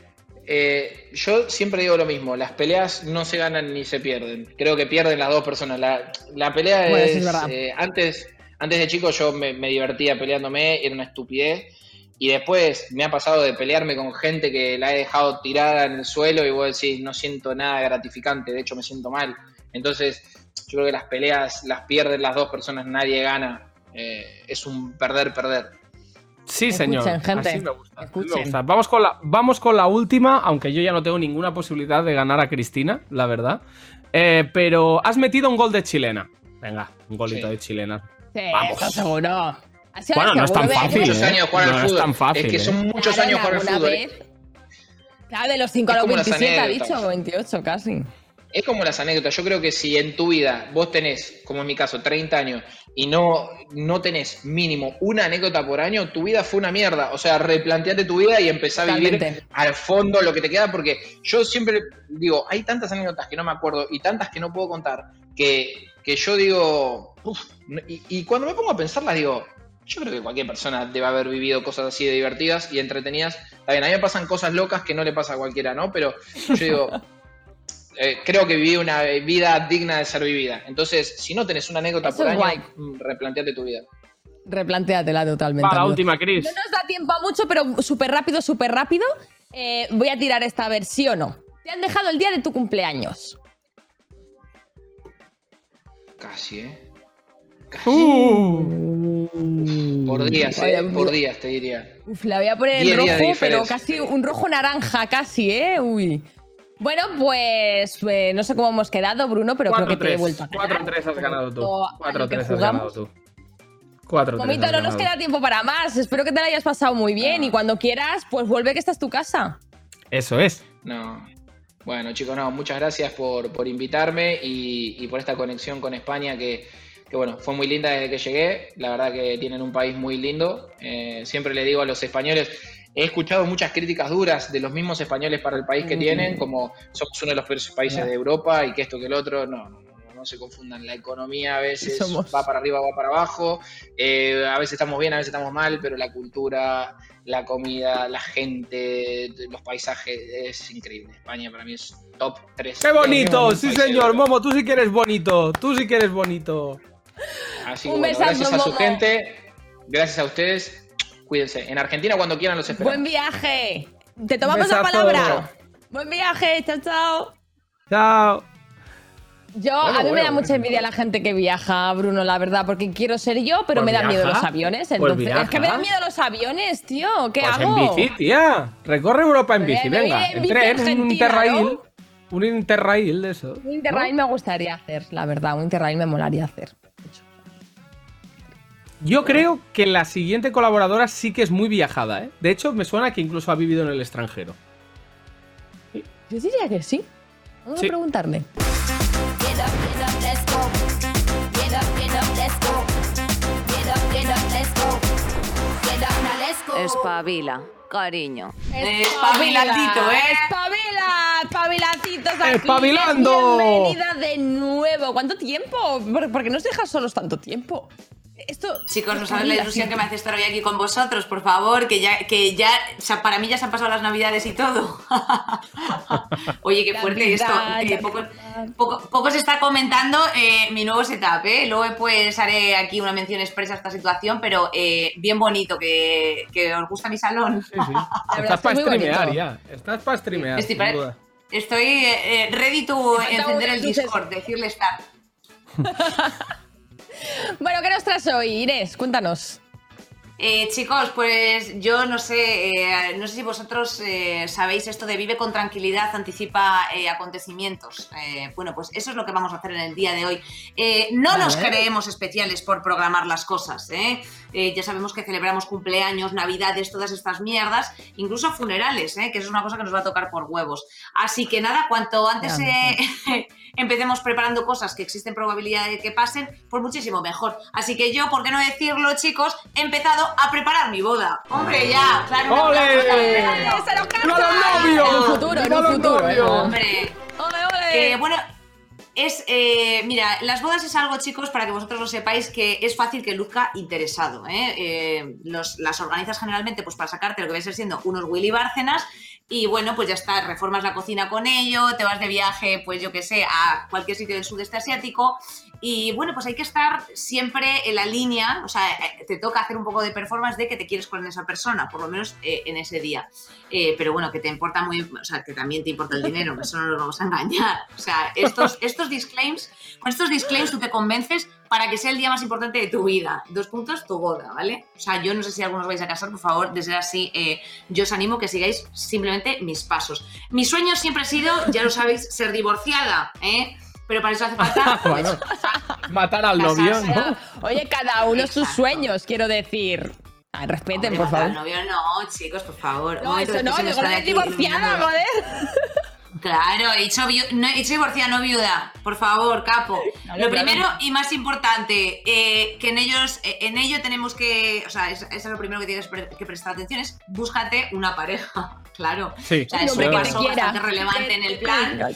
[SPEAKER 7] Yo siempre digo lo mismo, las peleas no se ganan ni se pierden. Creo que pierden las dos personas. La pelea
[SPEAKER 2] Bueno, sí
[SPEAKER 7] es...
[SPEAKER 2] es verdad.
[SPEAKER 7] Antes de chico yo me divertía peleándome, era una estupidez. Y después me ha pasado de pelearme con gente que la he dejado tirada en el suelo y vos decís, no siento nada gratificante, de hecho me siento mal. Entonces yo creo que las peleas las pierden las dos personas, nadie gana. Es un perder-perder.
[SPEAKER 1] Sí,
[SPEAKER 2] Escuchen,
[SPEAKER 1] señor.
[SPEAKER 2] gente,
[SPEAKER 1] Así me gusta.
[SPEAKER 2] escuchen.
[SPEAKER 1] Me gusta. Vamos con la última, aunque yo ya no tengo ninguna posibilidad de ganar a Cristina, la verdad. Pero has metido un gol de chilena. Venga, un golito
[SPEAKER 7] Sí.
[SPEAKER 1] de chilena.
[SPEAKER 2] Sí,
[SPEAKER 1] Vamos.
[SPEAKER 2] eso seguro. Así
[SPEAKER 1] Bueno, no es tan fácil,
[SPEAKER 7] Muchos años de jugar al
[SPEAKER 1] No es
[SPEAKER 7] fútbol.
[SPEAKER 1] tan fácil,
[SPEAKER 7] es que son muchos
[SPEAKER 2] Claro,
[SPEAKER 7] años jugar al
[SPEAKER 2] alguna
[SPEAKER 7] fútbol.
[SPEAKER 2] vez. Claro, de los 5 a
[SPEAKER 7] Es
[SPEAKER 2] los
[SPEAKER 7] como las
[SPEAKER 2] 27 ha
[SPEAKER 7] anécdotas.
[SPEAKER 2] dicho, o 28 casi.
[SPEAKER 7] Es como las anécdotas. Yo creo que si en tu vida vos tenés, como en mi caso, 30 años y no tenés mínimo una anécdota por año, tu vida fue una mierda. O sea, replanteate tu vida y empezá a vivir
[SPEAKER 2] Totalmente.
[SPEAKER 7] al fondo lo que te queda, porque yo siempre digo, hay tantas anécdotas que no me acuerdo y tantas que no puedo contar que yo digo, y cuando me pongo a pensarlas digo, yo creo que cualquier persona debe haber vivido cosas así de divertidas y entretenidas. Está bien, a mí me pasan cosas locas que no le pasa a cualquiera, ¿no? Pero yo digo... creo que viví una vida digna de ser vivida. Entonces, si no tenés una anécdota
[SPEAKER 2] Eso
[SPEAKER 7] por
[SPEAKER 2] es
[SPEAKER 7] año,
[SPEAKER 2] guay.
[SPEAKER 7] replanteate tu vida.
[SPEAKER 2] Replantéatela totalmente.
[SPEAKER 1] Va, la
[SPEAKER 2] amigo.
[SPEAKER 1] última, Chris.
[SPEAKER 2] No nos da tiempo a mucho, pero súper rápido. Voy a tirar esta vez, ¿sí o no? Te han dejado el día de tu cumpleaños.
[SPEAKER 7] Casi, ¿eh?
[SPEAKER 1] Por
[SPEAKER 7] días,
[SPEAKER 2] Vaya,
[SPEAKER 7] por días, te diría.
[SPEAKER 2] Uf, la voy a poner en
[SPEAKER 7] 10 días de
[SPEAKER 2] rojo, pero
[SPEAKER 7] diferencia.
[SPEAKER 2] casi un rojo naranja, casi, ¿eh? Uy. Bueno, pues no sé cómo hemos quedado, Bruno, pero creo que te he vuelto a ganar.
[SPEAKER 1] 4-3 has ganado tú.
[SPEAKER 2] A lo que
[SPEAKER 1] 4-3 has ganado
[SPEAKER 2] jugamos.
[SPEAKER 1] tú. 4-3
[SPEAKER 2] Momito,
[SPEAKER 1] has
[SPEAKER 2] no nos
[SPEAKER 1] ganado.
[SPEAKER 2] queda tiempo para más. Espero que te lo hayas pasado muy bien y cuando quieras, pues vuelve que esta es tu casa.
[SPEAKER 1] Eso es.
[SPEAKER 7] No. Bueno, chicos, no, muchas gracias por invitarme y por esta conexión con España que, bueno, fue muy linda desde que llegué. La verdad que tienen un país muy lindo. Siempre le digo a los españoles, he escuchado muchas críticas duras de los mismos españoles para el país que tienen, como somos uno de los peores países de Europa y que esto que el otro. No se confundan. La economía a veces va para arriba, va para abajo. A veces estamos bien, a veces estamos mal, pero la cultura, la comida, la gente, los paisajes es increíble. España para mí es top 3.
[SPEAKER 1] ¡Qué bonito! Sí,
[SPEAKER 7] países de
[SPEAKER 1] señor.
[SPEAKER 7] Europa.
[SPEAKER 1] Momo, tú sí que eres bonito. Tú sí que eres bonito.
[SPEAKER 7] Así que
[SPEAKER 2] Un
[SPEAKER 7] bueno,
[SPEAKER 2] besazo,
[SPEAKER 7] gracias a su
[SPEAKER 2] Momo.
[SPEAKER 7] gente, gracias a ustedes. Cuídense. En Argentina, cuando quieran, los esperamos.
[SPEAKER 2] Buen viaje. Te tomamos la
[SPEAKER 1] Besazo.
[SPEAKER 2] palabra. Buen viaje. Chao, chao.
[SPEAKER 1] Chao.
[SPEAKER 2] A mí me da mucha envidia la gente que viaja, Bruno, la verdad, porque quiero ser yo, pero
[SPEAKER 1] Pues
[SPEAKER 2] me dan miedo
[SPEAKER 1] viaja,
[SPEAKER 2] los aviones.
[SPEAKER 1] pues
[SPEAKER 2] Entonces,
[SPEAKER 1] viaja.
[SPEAKER 2] es que me dan miedo los aviones, tío. ¿Qué
[SPEAKER 1] Pues
[SPEAKER 2] hago?
[SPEAKER 1] en bici, tía. Recorre Europa en bici,
[SPEAKER 2] Me voy
[SPEAKER 1] venga.
[SPEAKER 2] en bici
[SPEAKER 1] En tren, un
[SPEAKER 2] argentina,
[SPEAKER 1] Interrail.
[SPEAKER 2] ¿no?
[SPEAKER 1] Un Interrail de eso.
[SPEAKER 2] Un Interrail me gustaría hacer, la verdad. Un Interrail me molaría hacer.
[SPEAKER 1] Yo creo que la siguiente colaboradora sí que es muy viajada, ¿eh? De hecho, me suena que incluso ha vivido en el extranjero.
[SPEAKER 2] Yo diría que sí. Vamos
[SPEAKER 1] Sí.
[SPEAKER 2] a preguntarle.
[SPEAKER 8] Espabila, cariño.
[SPEAKER 2] Espabiladito, Espabilatitos aquí.
[SPEAKER 1] ¡Espabilando!
[SPEAKER 2] Bienvenida de nuevo. ¿Cuánto tiempo? ¿Por qué nos dejas solos tanto tiempo? Esto.
[SPEAKER 8] Chicos, no sabes la ilusión que me hace estar hoy aquí con vosotros, por favor, que ya, o sea, para mí ya se han pasado las navidades y todo. Oye, qué fuerte esto. Poco se está comentando mi nuevo setup, ¿eh? Luego pues haré aquí una mención expresa a esta situación, pero bien bonito, que os gusta mi salón.
[SPEAKER 1] Sí. Estás para
[SPEAKER 2] muy
[SPEAKER 1] streamear
[SPEAKER 2] bonito.
[SPEAKER 1] ya. Estás para streamear,
[SPEAKER 8] Estoy,
[SPEAKER 1] sin duda.
[SPEAKER 8] estoy ready to
[SPEAKER 2] falta
[SPEAKER 8] encender
[SPEAKER 2] uno,
[SPEAKER 8] el
[SPEAKER 2] entonces.
[SPEAKER 8] Discord, decirle estar.
[SPEAKER 2] Bueno, ¿qué nos traes hoy, Inés? Cuéntanos.
[SPEAKER 8] Chicos, pues yo no sé si vosotros sabéis esto de vive con tranquilidad, anticipa acontecimientos. Bueno, pues eso es lo que vamos a hacer en el día de hoy. No nos creemos especiales por programar las cosas, ya sabemos que celebramos cumpleaños, navidades, todas estas mierdas, incluso funerales, que eso es una cosa que nos va a tocar por huevos. Así que nada, cuanto antes empecemos preparando cosas que existen probabilidad de que pasen, pues muchísimo mejor. Así que yo, ¿por qué no decirlo, chicos? He empezado a preparar mi boda. ¡Hombre, ya! ¡Claro!
[SPEAKER 1] ¡Ole!
[SPEAKER 2] ¡Se lo
[SPEAKER 1] ¡Viva los novios!
[SPEAKER 2] En un futuro,
[SPEAKER 1] ¡Viva los novios!
[SPEAKER 8] ¡Hombre!
[SPEAKER 2] ¡Ole!
[SPEAKER 8] Bueno, mira, las bodas es algo, chicos, para que vosotros lo sepáis, que es fácil que luzca interesado, las organizas generalmente pues para sacarte lo que va a ser siendo unos Willy Bárcenas. Y bueno, pues ya está, reformas la cocina con ello, te vas de viaje, pues yo que sé, a cualquier sitio del sudeste asiático. Y bueno, pues hay que estar siempre en la línea, o sea, te toca hacer un poco de performance de que te quieres con esa persona, por lo menos en ese día. Pero bueno, que te importa o sea, que también te importa el dinero, eso no nos vamos a engañar. O sea, con estos disclaims tú te convences para que sea el día más importante de tu vida. 2 puntos, tu boda, ¿vale? O sea, yo no sé si algunos vais a casar, por favor, de ser así, yo os animo que sigáis simplemente mis pasos. Mi sueño siempre ha sido, ya lo sabéis, ser divorciada, pero para eso hace falta
[SPEAKER 1] Bueno, matar al novio, ¿no?
[SPEAKER 2] Oye, cada uno sus sueños, quiero decir. Respeten,
[SPEAKER 8] Hombre,
[SPEAKER 2] por favor.
[SPEAKER 8] al novio no, chicos, por favor.
[SPEAKER 2] No, eso no, digo, no es divorciada, joder.
[SPEAKER 8] Claro, he dicho divorciada, no viuda. Por favor, capo.
[SPEAKER 2] Claro,
[SPEAKER 8] Lo
[SPEAKER 2] claro.
[SPEAKER 8] primero y más importante, que en ello tenemos que, o sea, eso es lo primero que tienes que prestar atención, es búscate una pareja. Claro.
[SPEAKER 1] Sí.
[SPEAKER 8] O sea, es
[SPEAKER 2] Un
[SPEAKER 8] un
[SPEAKER 2] hombre que te
[SPEAKER 8] paso
[SPEAKER 2] quiera.
[SPEAKER 8] bastante relevante en el plan.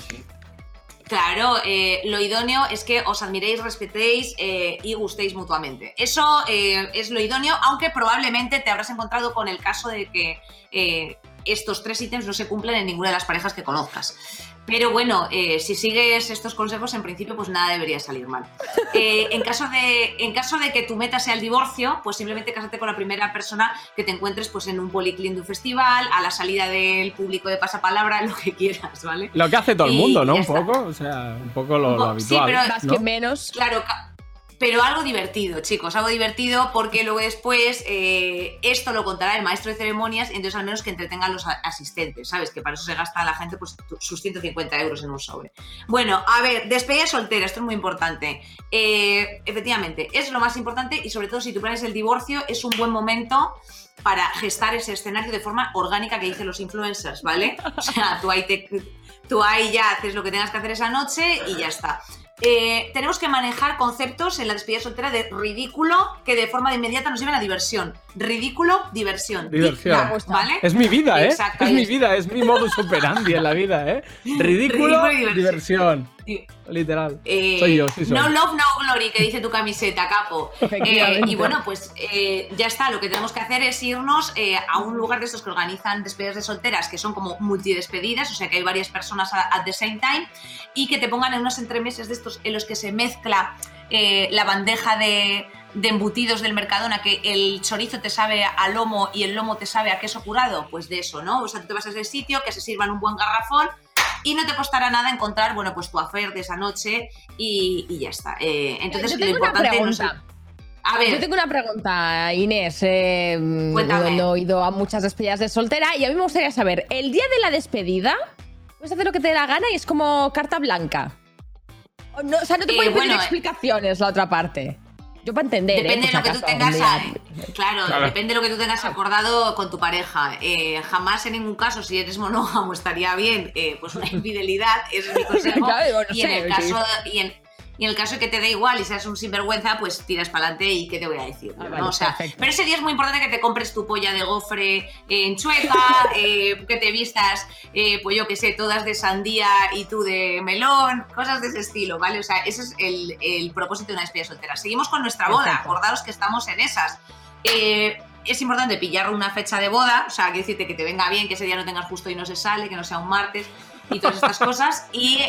[SPEAKER 8] Claro, lo idóneo es que os admiréis, respetéis y gustéis mutuamente. Eso es lo idóneo, aunque probablemente te habrás encontrado con el caso de que estos 3 ítems no se cumplen en ninguna de las parejas que conozcas. Pero bueno, si sigues estos consejos, en principio, pues nada debería salir mal. En caso de que tu meta sea el divorcio, pues simplemente cásate con la primera persona que te encuentres pues en un policlín de un festival, a la salida del público de pasapalabra, lo que quieras, ¿vale?
[SPEAKER 1] Lo que hace todo el
[SPEAKER 8] Y
[SPEAKER 1] mundo, ¿no?
[SPEAKER 8] ya
[SPEAKER 1] Un
[SPEAKER 8] está.
[SPEAKER 1] poco, o sea, un poco lo
[SPEAKER 8] Sí,
[SPEAKER 1] habitual.
[SPEAKER 8] pero-
[SPEAKER 2] Más
[SPEAKER 1] ¿no?
[SPEAKER 2] que menos.
[SPEAKER 8] Claro, pero algo divertido, chicos, algo divertido porque luego después esto lo contará el maestro de ceremonias, entonces al menos que entretenga a los asistentes, ¿sabes? Que para eso se gasta la gente pues sus 150 euros en un sobre. Bueno, a ver, despedida soltera, esto es muy importante. Efectivamente, es lo más importante y sobre todo si tu plan es el divorcio, es un buen momento para gestar ese escenario de forma orgánica que dicen los influencers, ¿vale? O sea, tú ahí ya haces lo que tengas que hacer esa noche y ya está. Tenemos que manejar conceptos en la despedida soltera de ridículo que de forma de inmediata nos lleven a diversión. Ridículo, diversión.
[SPEAKER 1] Diversión.
[SPEAKER 8] Tic-tac,
[SPEAKER 2] Me gusta.
[SPEAKER 8] ¿vale?
[SPEAKER 1] Es mi vida, ¿eh?
[SPEAKER 8] Exacto,
[SPEAKER 1] Es
[SPEAKER 8] ahí
[SPEAKER 1] mi
[SPEAKER 8] está.
[SPEAKER 1] vida, es mi modus operandi en la vida, ¿eh? Ridículo,
[SPEAKER 8] Ridículo y
[SPEAKER 1] diversión.
[SPEAKER 8] Di-
[SPEAKER 1] Literal. Soy yo, sí soy.
[SPEAKER 8] No love, no glory, que dice tu camiseta, capo.
[SPEAKER 2] Efectivamente.
[SPEAKER 8] Y bueno, pues ya está. Lo que tenemos que hacer es irnos a un lugar de estos que organizan despedidas de solteras, que son como multidespedidas, o sea que hay varias personas at the same time, y que te pongan en unos entremeses de estos en los que se mezcla la bandeja de embutidos del Mercadona, que el chorizo te sabe a lomo y el lomo te sabe a queso curado, pues de eso, ¿no? O sea, tú te vas a ese sitio, que se sirvan un buen garrafón y no te costará nada encontrar, bueno, pues tu affair de esa noche y ya está. Entonces, lo importante no es... A ver.
[SPEAKER 2] Yo tengo una pregunta, Inés.
[SPEAKER 8] Cuéntame.
[SPEAKER 2] No he ido a muchas despedidas de soltera y a mí me gustaría saber, el día de la despedida, puedes hacer lo que te dé la gana y es como carta blanca. No, o sea, no te pueden pedir explicaciones la otra parte. Yo para entender,
[SPEAKER 8] depende de lo que tú tengas,
[SPEAKER 2] claro,
[SPEAKER 8] depende de lo que tú tengas acordado con tu pareja. Jamás en ningún caso, si eres monógamo, estaría bien pues una infidelidad, ese es mi consejo.
[SPEAKER 2] Claro,
[SPEAKER 8] y en el caso de que te dé igual y seas un sinvergüenza, pues tiras para adelante y ¿qué te voy a decir? ¿no?
[SPEAKER 2] Vale,
[SPEAKER 8] o sea, pero ese día es muy importante que te compres tu polla de gofre en Chueca, que te vistas, pues yo qué sé, todas de sandía y tú de melón, cosas de ese estilo, ¿vale? O sea, ese es el propósito de una despedida soltera. Seguimos con nuestra boda, acordaos que estamos en esas. Es importante pillar una fecha de boda, o sea, quiero decirte que te venga bien, que ese día no tengas justo y no se sale, que no sea un martes y todas estas cosas,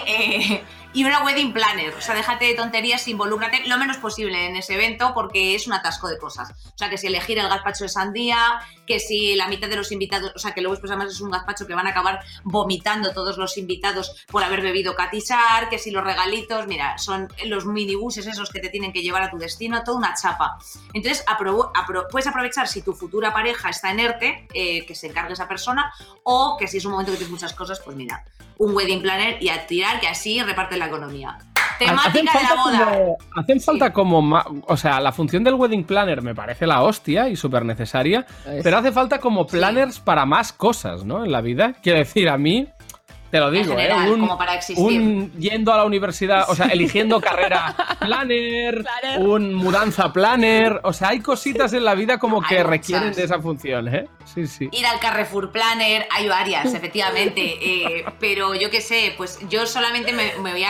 [SPEAKER 8] y una wedding planner, o sea, déjate de tonterías, involúcrate lo menos posible en ese evento porque es un atasco de cosas, o sea, que si elegir el gazpacho de sandía, que si la mitad de los invitados, o sea, que luego después además es un gazpacho que van a acabar vomitando todos los invitados por haber bebido catizar, que si los regalitos, mira, son los minibuses esos que te tienen que llevar a tu destino, toda una chapa. Entonces, puedes aprovechar si tu futura pareja está en ERTE, que se encargue esa persona, o que si es un momento que tienes muchas cosas, pues mira, un wedding planner y a tirar, que así reparte la economía. Temática de la boda.
[SPEAKER 1] Hacen falta o sea, la función del wedding planner me parece la hostia y súper necesaria, pero hace falta como planners para más cosas, ¿no? En la vida. Quiero decir, a mí, te lo digo,
[SPEAKER 8] general, como para existir.
[SPEAKER 1] Yendo a la universidad, o sea, eligiendo carrera planner, un mudanza planner, o sea, hay cositas en la vida como que requieren de esa función, ¿eh? Sí, sí.
[SPEAKER 8] Ir al Carrefour Planner, hay varias, efectivamente, pero yo qué sé, pues yo solamente me voy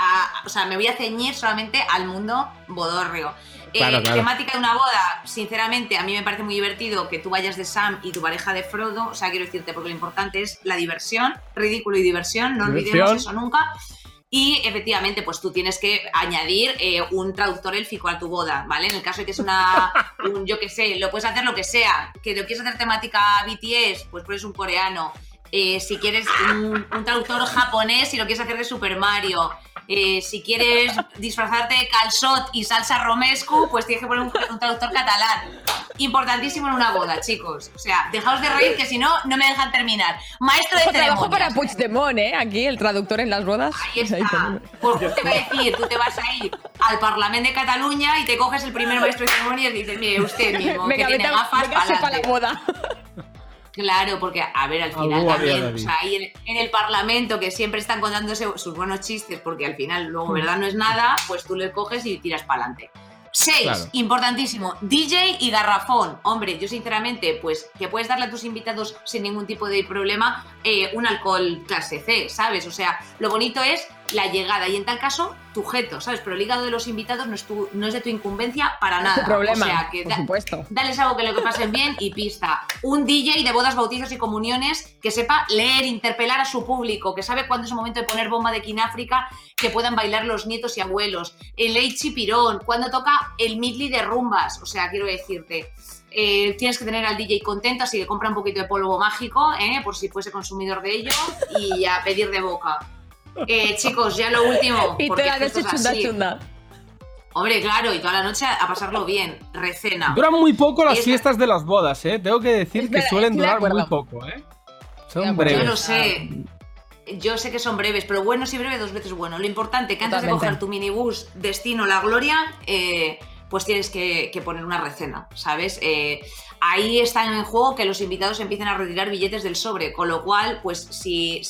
[SPEAKER 8] me voy a ceñir solamente al mundo bodorrio.
[SPEAKER 1] Claro.
[SPEAKER 8] Temática de una boda, sinceramente, a mí me parece muy divertido que tú vayas de Sam y tu pareja de Frodo, o sea, quiero decirte, porque lo importante es la diversión, ridículo y diversión, no olvidemos eso nunca. Y efectivamente, pues tú tienes que añadir un traductor élfico a tu boda, ¿vale? En el caso de que es yo qué sé, lo puedes hacer lo que sea, que lo quieres hacer temática BTS, pues pones un coreano. Si quieres un traductor japonés, si lo quieres hacer de Super Mario. Si quieres disfrazarte de calçot y salsa romesco, pues tienes que poner un traductor catalán. Importantísimo en una boda, chicos. O sea, dejaos de reír que si no, no me dejan terminar. Maestro de ceremonias.
[SPEAKER 2] Trabajo para Puigdemont, aquí, el traductor en las bodas.
[SPEAKER 8] Ahí está. Pues te voy a decir, tú te vas a ir al Parlamento de Cataluña y te coges el primer maestro de ceremonias y dices, mire, usted mismo,
[SPEAKER 2] venga,
[SPEAKER 8] que tiene gafas
[SPEAKER 2] para la boda.
[SPEAKER 8] Claro, porque, a ver, al final también, o sea, ahí en el Parlamento, que siempre están contándose sus buenos chistes, porque al final luego, verdad, no es nada, pues tú le coges y tiras para adelante. 6, importantísimo, DJ y garrafón. Hombre, yo sinceramente, pues que puedes darle a tus invitados sin ningún tipo de problema un alcohol clase C, ¿sabes? O sea, lo bonito es la llegada y en tal caso tu jeto, ¿sabes? Pero el hígado de los invitados no es de tu incumbencia para nada.
[SPEAKER 2] Es tu problema,
[SPEAKER 8] o sea, que
[SPEAKER 2] por supuesto.
[SPEAKER 8] Dales algo que lo que pasen bien y pista. Un DJ de bodas, bautizos y comuniones que sepa leer, interpelar a su público, que sabe cuándo es el momento de poner bomba de Kináfrica, que puedan bailar los nietos y abuelos. El Ley Chipirón, cuando toca el Midley de rumbas, o sea, quiero decirte... tienes que tener al DJ contento, así que compra un poquito de polvo mágico, por si fuese consumidor de ello, y a pedir de boca. Chicos, ya lo último.
[SPEAKER 2] Y toda la noche chunda.
[SPEAKER 8] Hombre, claro, y toda la noche a pasarlo bien. Recena.
[SPEAKER 1] Duran muy poco las fiestas de las bodas, ¿eh? Tengo que decir que suelen durar muy poco, ¿eh? Son breves.
[SPEAKER 8] Yo lo sé. Yo sé que son breves, pero bueno, si breve, 2 veces bueno. Lo importante es que antes de coger tu minibús destino La Gloria, pues tienes que poner una recena, ¿sabes? Ahí está en juego que los invitados empiecen a retirar billetes del sobre, con lo cual, pues si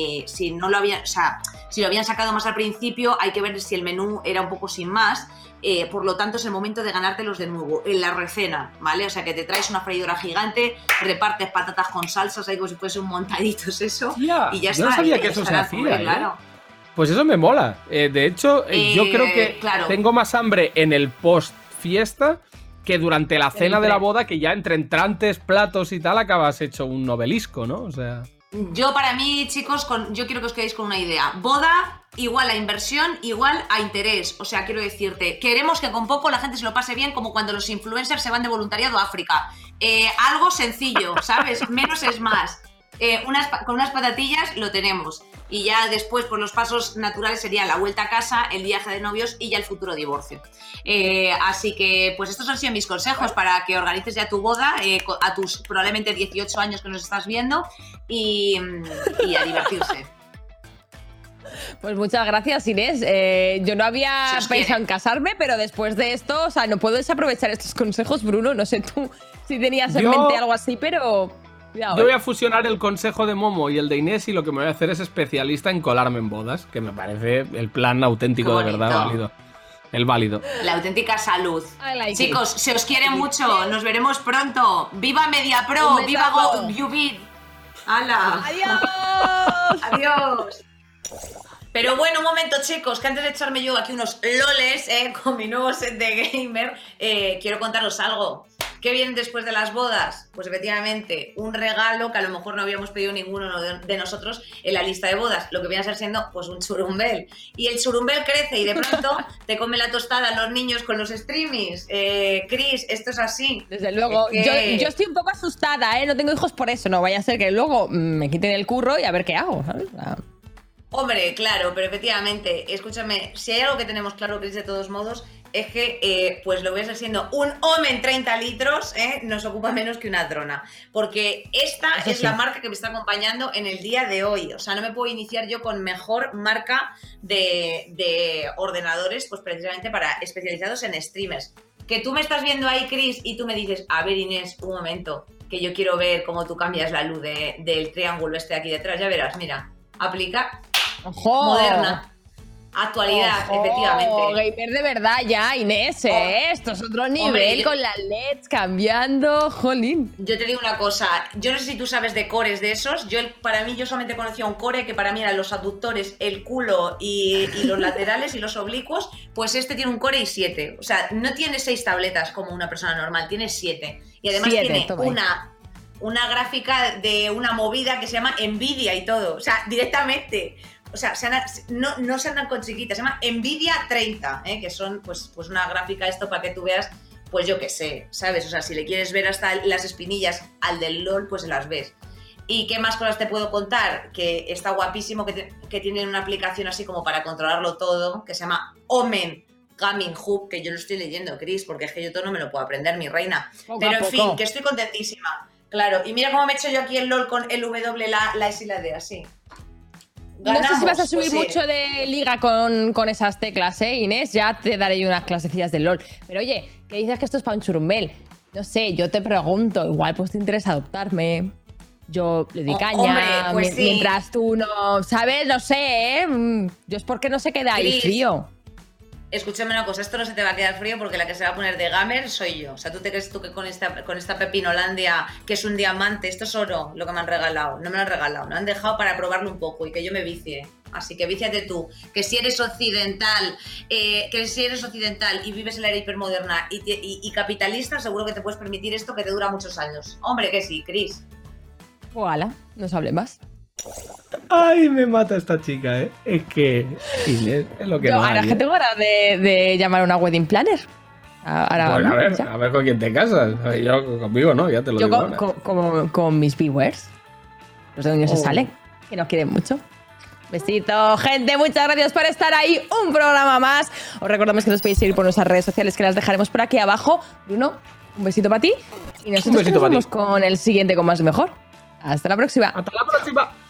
[SPEAKER 8] no lo habían, o sea, si lo habían sacado más al principio, hay que ver si el menú era un poco sin más. Por lo tanto, es el momento de ganártelos de nuevo, en la recena, ¿vale? O sea, que te traes una freidora gigante, repartes patatas con salsas, ahí como si fuese un montaditos eso, y ya está.
[SPEAKER 1] Yo no sabía que eso se hacía,
[SPEAKER 8] claro.
[SPEAKER 1] Pues eso me mola. De hecho, yo creo que tengo más hambre en el post-fiesta que durante la cena de la boda, que ya entre entrantes, platos y tal, acabas hecho un novelisco, ¿no? O sea...
[SPEAKER 8] Yo, para mí, chicos, yo quiero que os quedéis con una idea. Boda igual a inversión, igual a interés. O sea, quiero decirte, queremos que con poco la gente se lo pase bien, como cuando los influencers se van de voluntariado a África. Algo sencillo, ¿sabes? Menos es más. con unas patatillas lo tenemos. Y ya después, pues los pasos naturales serían la vuelta a casa, el viaje de novios y ya el futuro divorcio. Así que, pues estos han sido mis consejos para que organices ya tu boda a tus probablemente 18 años que nos estás viendo y a divertirse.
[SPEAKER 2] Pues muchas gracias, Inés. Yo no había pensado en casarme, pero después de esto, o sea, no puedo desaprovechar estos consejos, Bruno. No sé tú si tenías en mente algo así, pero... Cuidado,
[SPEAKER 1] yo voy a fusionar el consejo de Momo y el de Inés y lo que me voy a hacer es especialista en colarme en bodas, que me parece el plan auténtico de verdad válido. El válido.
[SPEAKER 8] La auténtica salud.
[SPEAKER 2] Like
[SPEAKER 8] Chicos, se os quiere mucho. Nos veremos pronto. ¡Viva MediaPro! ¡Viva GoUvid! ¡Hala!
[SPEAKER 2] ¡Adiós!
[SPEAKER 8] ¡Adiós! Pero bueno, un momento, chicos, que antes de echarme yo aquí unos loles con mi nuevo set de gamer, quiero contaros algo. ¿Qué viene después de las bodas? Pues efectivamente, un regalo que a lo mejor no habíamos pedido ninguno de nosotros en la lista de bodas, lo que viene a ser siendo pues un churumbel. Y el churumbel crece y de pronto te come la tostada los niños con los streamings. Chris, esto es así.
[SPEAKER 2] Desde luego, yo estoy un poco asustada, no tengo hijos por eso, no vaya a ser que luego me quiten el curro y a ver qué hago, ¿sabes?
[SPEAKER 8] Hombre, claro, pero efectivamente, escúchame, si hay algo que tenemos claro, Chris, de todos modos, es que pues lo voy a ser siendo un Omen 30 litros, nos ocupa menos que una drona. Porque esta es la marca que me está acompañando en el día de hoy. O sea, no me puedo iniciar yo con mejor marca de ordenadores, pues precisamente para especializados en streamers. Que tú me estás viendo ahí, Chris, y tú me dices, a ver, Inés, un momento, que yo quiero ver cómo tú cambias la luz del triángulo este aquí detrás. Ya verás, mira, aplica,
[SPEAKER 2] ¡ojo!
[SPEAKER 8] Moderna. Actualidad, efectivamente.
[SPEAKER 2] Gamer de verdad ya, Inés, esto es otro nivel, con las LEDs cambiando, jolín.
[SPEAKER 8] Yo te digo una cosa, yo no sé si tú sabes de cores de esos, para mí yo solamente conocía un core que para mí eran los abductores, el culo y los laterales y los oblicuos, pues este tiene un core y 7, o sea, no tiene 6 tabletas como una persona normal, tiene 7. Y además tiene una gráfica de una movida que se llama Nvidia y todo, o sea, directamente... O sea, no se andan con chiquitas, se llama Nvidia 30, que son pues una gráfica esto para que tú veas, pues yo qué sé, ¿sabes? O sea, si le quieres ver hasta las espinillas al del LOL, pues se las ves. ¿Y qué más cosas te puedo contar? Que está guapísimo, que tienen una aplicación así como para controlarlo todo, que se llama Omen Gaming Hub, que yo lo estoy leyendo, Chris, porque es que yo todo no me lo puedo aprender, mi reina. Pero en fin, que estoy contentísima. Claro, y mira cómo me he hecho yo aquí el LOL con el W, la S y la D, así.
[SPEAKER 2] Ganamos, no sé si vas a subir mucho de liga con esas teclas, Inés. Ya te daré yo unas clasecillas del LOL. Pero oye, que dices que esto es para un churumbel. No sé, yo te pregunto, igual pues te interesa adoptarme. Yo le doy caña,
[SPEAKER 8] hombre, pues
[SPEAKER 2] mientras tú no, ¿sabes? No sé, yo es porque no se queda ahí frío.
[SPEAKER 8] Escúchame una cosa, esto no se te va a quedar frío porque la que se va a poner de gamer soy yo. O sea, ¿tú te crees que con esta Pepinolandia, que es un diamante, esto es oro lo que me han regalado? No me lo han regalado, me lo han dejado para probarlo un poco y que yo me vicie. Así que víciate tú, que si eres occidental, y vives en la era hipermoderna y capitalista, seguro que te puedes permitir esto que te dura muchos años. Hombre, que sí, Chris.
[SPEAKER 2] Ojalá, no se hable más.
[SPEAKER 1] Ay, me mata esta chica, ¿eh? Es que Inés es lo que no hay.
[SPEAKER 2] Ahora que tengo ganas de llamar a una wedding planner. Ahora,
[SPEAKER 1] bueno, a ver con quién te casas. Yo conmigo no, ya te lo digo.
[SPEAKER 2] Yo con mis viewers. Los de niños se salen, que nos quieren mucho. Besito, gente, muchas gracias por estar ahí. Un programa más. Os recordamos que nos podéis seguir por nuestras redes sociales, que las dejaremos por aquí abajo. Bruno, un besito para ti. Y nosotros nos vemos con el siguiente, con más y mejor. Hasta la próxima.
[SPEAKER 1] Hasta la próxima.